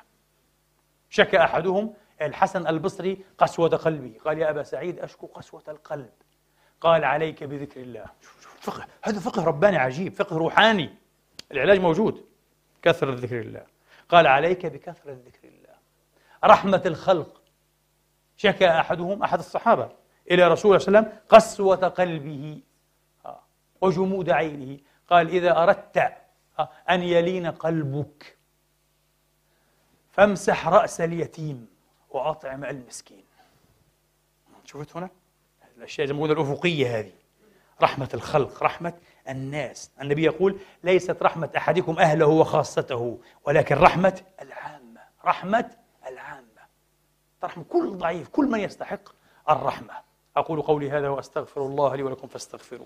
Speaker 1: شكى أحدهم الحسن البصري قسوة قلبي، قال: يا أبا سعيد أشكو قسوة القلب. قال: عليك بذكر الله. فقه، هذا فقه رباني عجيب، فقه روحاني، العلاج موجود، كثرة ذكر الله. قال: عليك بكثرة ذكر الله. رحمة الخلق، شكى أحدهم، أحد الصحابة، إلى رسول الله صلى الله عليه وسلم قسوة قلبه وجمود عينه. قال: إذا أردت أن يلين قلبك فامسح رأس اليتيم وأطعم المسكين. شفت هنا الأشياء زي ما قلنا الأفقية هذه، رحمة الخلق، رحمة الناس. النبي يقول ليست رحمة أحدكم أهله وخاصته، ولكن رحمة العامة، رحمة العامة، ترحم كل ضعيف، كل من يستحق الرحمة. أقول قولي هذا وأستغفر الله لي ولكم فاستغفروه.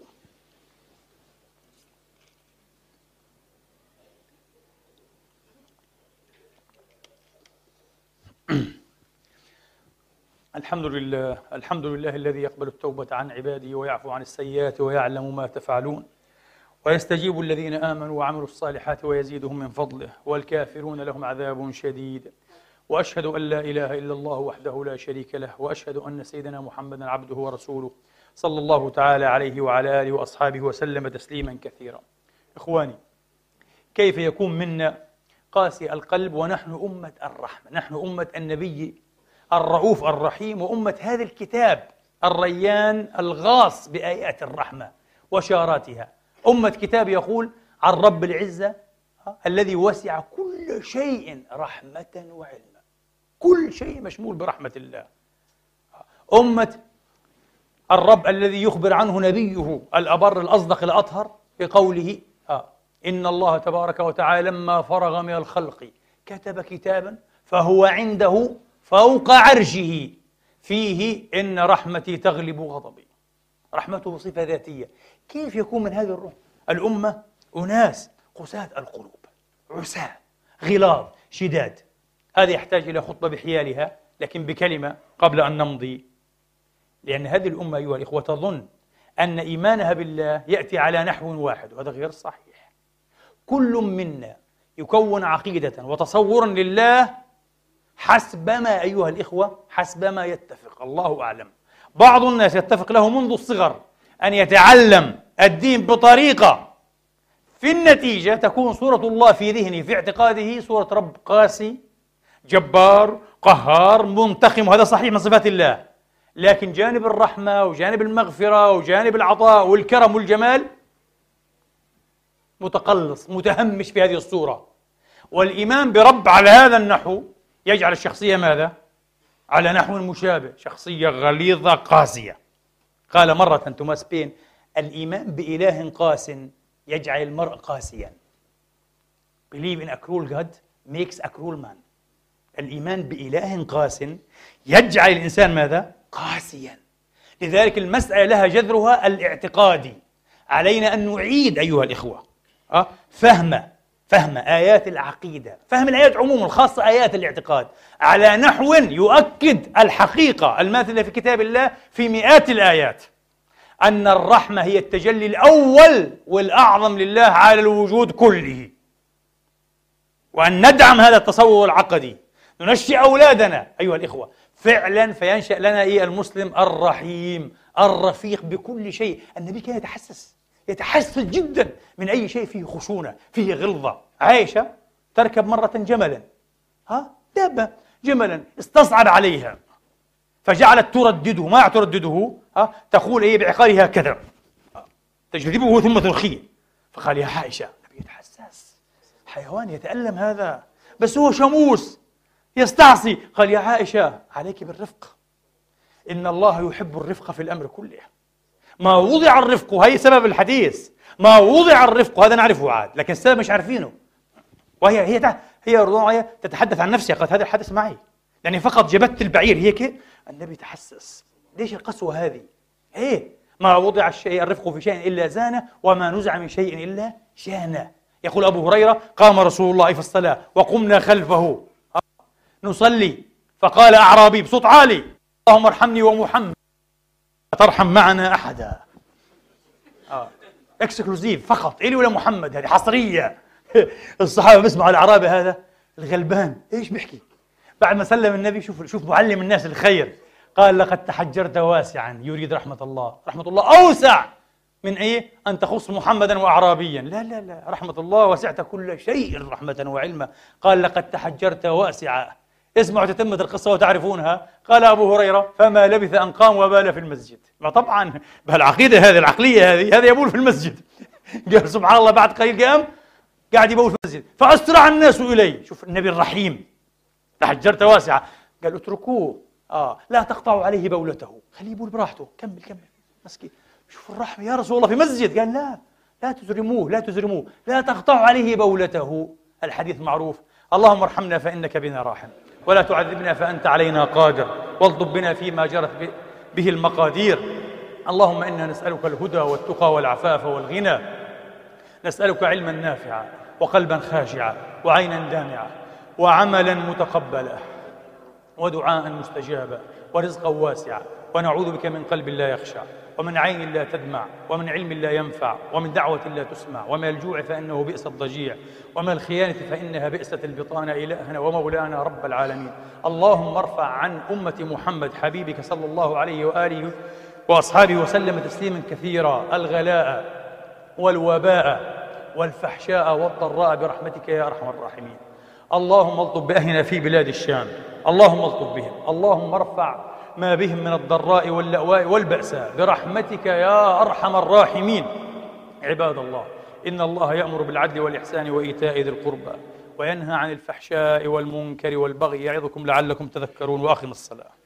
Speaker 1: الحمد لله، الحمد لله الذي يقبل التوبة عن عباده ويعفو عن السيئات ويعلم ما تفعلون، ويستجيب الذين آمنوا وعملوا الصالحات ويزيدهم من فضله، والكافرون لهم عذاب شديد. وأشهد أن لا إله إلا الله وحده لا شريك له، وأشهد أن سيدنا محمدا عبده ورسوله صلى الله تعالى عليه وعلى آله وأصحابه وسلم تسليما كثيرا. إخواني، كيف يكون منا قاسي القلب ونحن أمة الرحمة، نحن أمة النبي الرؤوف الرحيم، وأمة هذا الكتاب الريان الغاص بآيات الرحمة وشاراتها، أمة كتاب يقول عن رب العزة الذي وسع كل شيء رحمة وعلما، كل شيء مشمول برحمة الله. أمة الرب الذي يخبر عنه نبيه الأبر الأصدق الأطهر بقوله إن الله تبارك وتعالى لما فرغ من الخلق كتب كتابا فهو عنده فوق عرشه فيه إن رحمتي تغلب غضبي. رحمته صفة ذاتية. كيف يكون من هذه الروح الأمة أناس قساة القلوب، عساة غلاظ شداد؟ هذا يحتاج إلى خطبة بحيالها، لكن بكلمة قبل أن نمضي، لأن هذه الأمة أيها الإخوة تظن أن إيمانها بالله يأتي على نحو واحد، وهذا غير صحيح. كل منا يكون عقيدة وتصورا لله حسبما أيها الإخوة، حسبما يتفق. الله أعلم. بعض الناس يتفق له منذ الصغر أن يتعلم الدين بطريقة في النتيجة تكون صورة الله في ذهنه، في اعتقاده صورة رب قاسي جبار قهار منتقم، وهذا صحيح من صفات الله، لكن جانب الرحمة وجانب المغفرة وجانب العطاء والكرم والجمال متقلص متهمش في هذه الصورة. والإيمان برب على هذا النحو يجعل الشخصية ماذا؟ على نحو مشابه، شخصية غليظة قاسية. قال مرة توماس بين: الإيمان بإله قاس يجعل المرء قاسيا. Believe in a cruel God makes a cruel man. الإيمان بإله قاس يجعل الإنسان ماذا؟ قاسيا. لذلك المسألة لها جذرها الاعتقادي. علينا أن نعيد أيها الإخوة فهم آيات العقيدة، فهم الآيات عموما، خاصة آيات الاعتقاد، على نحو يؤكد الحقيقة الماثلة في كتاب الله في مئات الآيات، أن الرحمة هي التجلي الأول والأعظم لله على الوجود كله. وأن ندعم هذا التصور العقدي، ننشئ أولادنا أيها الإخوة فعلا فينشأ لنا المسلم الرحيم الرفيق بكل شيء. النبي كان يتحسس جدا من أي شيء فيه خشونة، فيه غلظة. عائشة تركب مرة جملا، دابة جملا، استصعب عليها فجعلت تردده. ما تردده؟ تقول بعقالها هكذا، تجذبه ثم ترخيه. فقال: يا عائشة، النبي يتحسس، حيوان يتألم هذا، بس هو شموس يستعصي. قال: يا عائشة، عليك بالرفق، إن الله يحب الرفق في الأمر كله. ما وضع الرفق، وهي سبب الحديث، ما وضع الرفق، هذا نعرفه عاد، لكن السبب مش عارفينه. وهي رضاعية تتحدث عن نفسها، قالت: هذا الحدث معي لأني فقط جبت البعير هيك. النبي تحسس، ليش القسوة هذه؟ ما وضع الشيء الرفق في شيء إلا زانه، وما نزع من شيء إلا شانه. يقول أبو هريرة: قام رسول الله في الصلاة وقمنا خلفه نصلي، فقال أعرابي بصوت عالي: اللهم ارحمني ومحمد، ترحم معنا أحدا. اكسكلوزيف، فقط إلي ولا محمد، هذه حصرية. الصحابة بيسمعوا الأعرابي هذا الغلبان إيش بيحكي. بعد ما سلم النبي، شوف معلم الناس الخير، قال: لقد تحجرت واسعا، يريد رحمة الله. رحمة الله أوسع من أن تخص محمدا وأعرابيا. لا، رحمة الله وسعت كل شيء رحمة وعلما. قال: لقد تحجرت واسعا. اسمعوا تتمة القصة وتعرفونها. قال أبو هريرة: فما لبث أن قام وبال في المسجد. ما طبعا بهالعقيدة هذه، العقلية هذه، هذا يبول في المسجد. قال سبحان الله، بعد قليل قام قاعد يبول في المسجد، فأسرع الناس إليه. شوف النبي الرحيم، تحجرت واسعة. قال اتركوه، لا تقطعوا عليه بولته، خليه يبول براحته، كمل مسكين. شوف الرحمة يا رسول الله، في مسجد. قال لا تزرموه، لا تزرموه، لا تقطعوا عليه بولته. الحديث معروف: اللهم ارحمنا فإنك بنا راحم، ولا تعذبنا فأنت علينا قادر، والطب بنا فيما جرت به المقادير. اللهم إنا نسألك الهدى والتقى والعفاف والغنى، نسألك علما نافعا وقلبا خاشعا وعينا دامعة وعملا متقبلا ودعاء مستجابا ورزقا واسعا، ونعوذ بك من قلب لا يخشع، ومن عين لا تدمع، ومن علم لا ينفع، ومن دعوة لا تسمع، ومن الجوع فإنه بئس الضجيع، ومن الخيانة فإنها بئست البطانة. إلهنا ومولانا رب العالمين، اللهم ارفع عن أمة محمد حبيبك صلى الله عليه وآله وأصحابه وسلم تسليما كثيرا الغلاء والوباء والفحشاء والضراء برحمتك يا أرحم الراحمين. اللهم الطف بأهلنا في بلاد الشام، اللهم الطف بهم، اللهم ارفع ما بهم من الضراء واللأواء والبأساء برحمتك يا أرحم الراحمين. عباد الله، إن الله يأمر بالعدل والإحسان وإيتاء ذي القربى، وينهى عن الفحشاء والمنكر والبغي، يعظكم لعلكم تذكرون، وأقم الصلاة.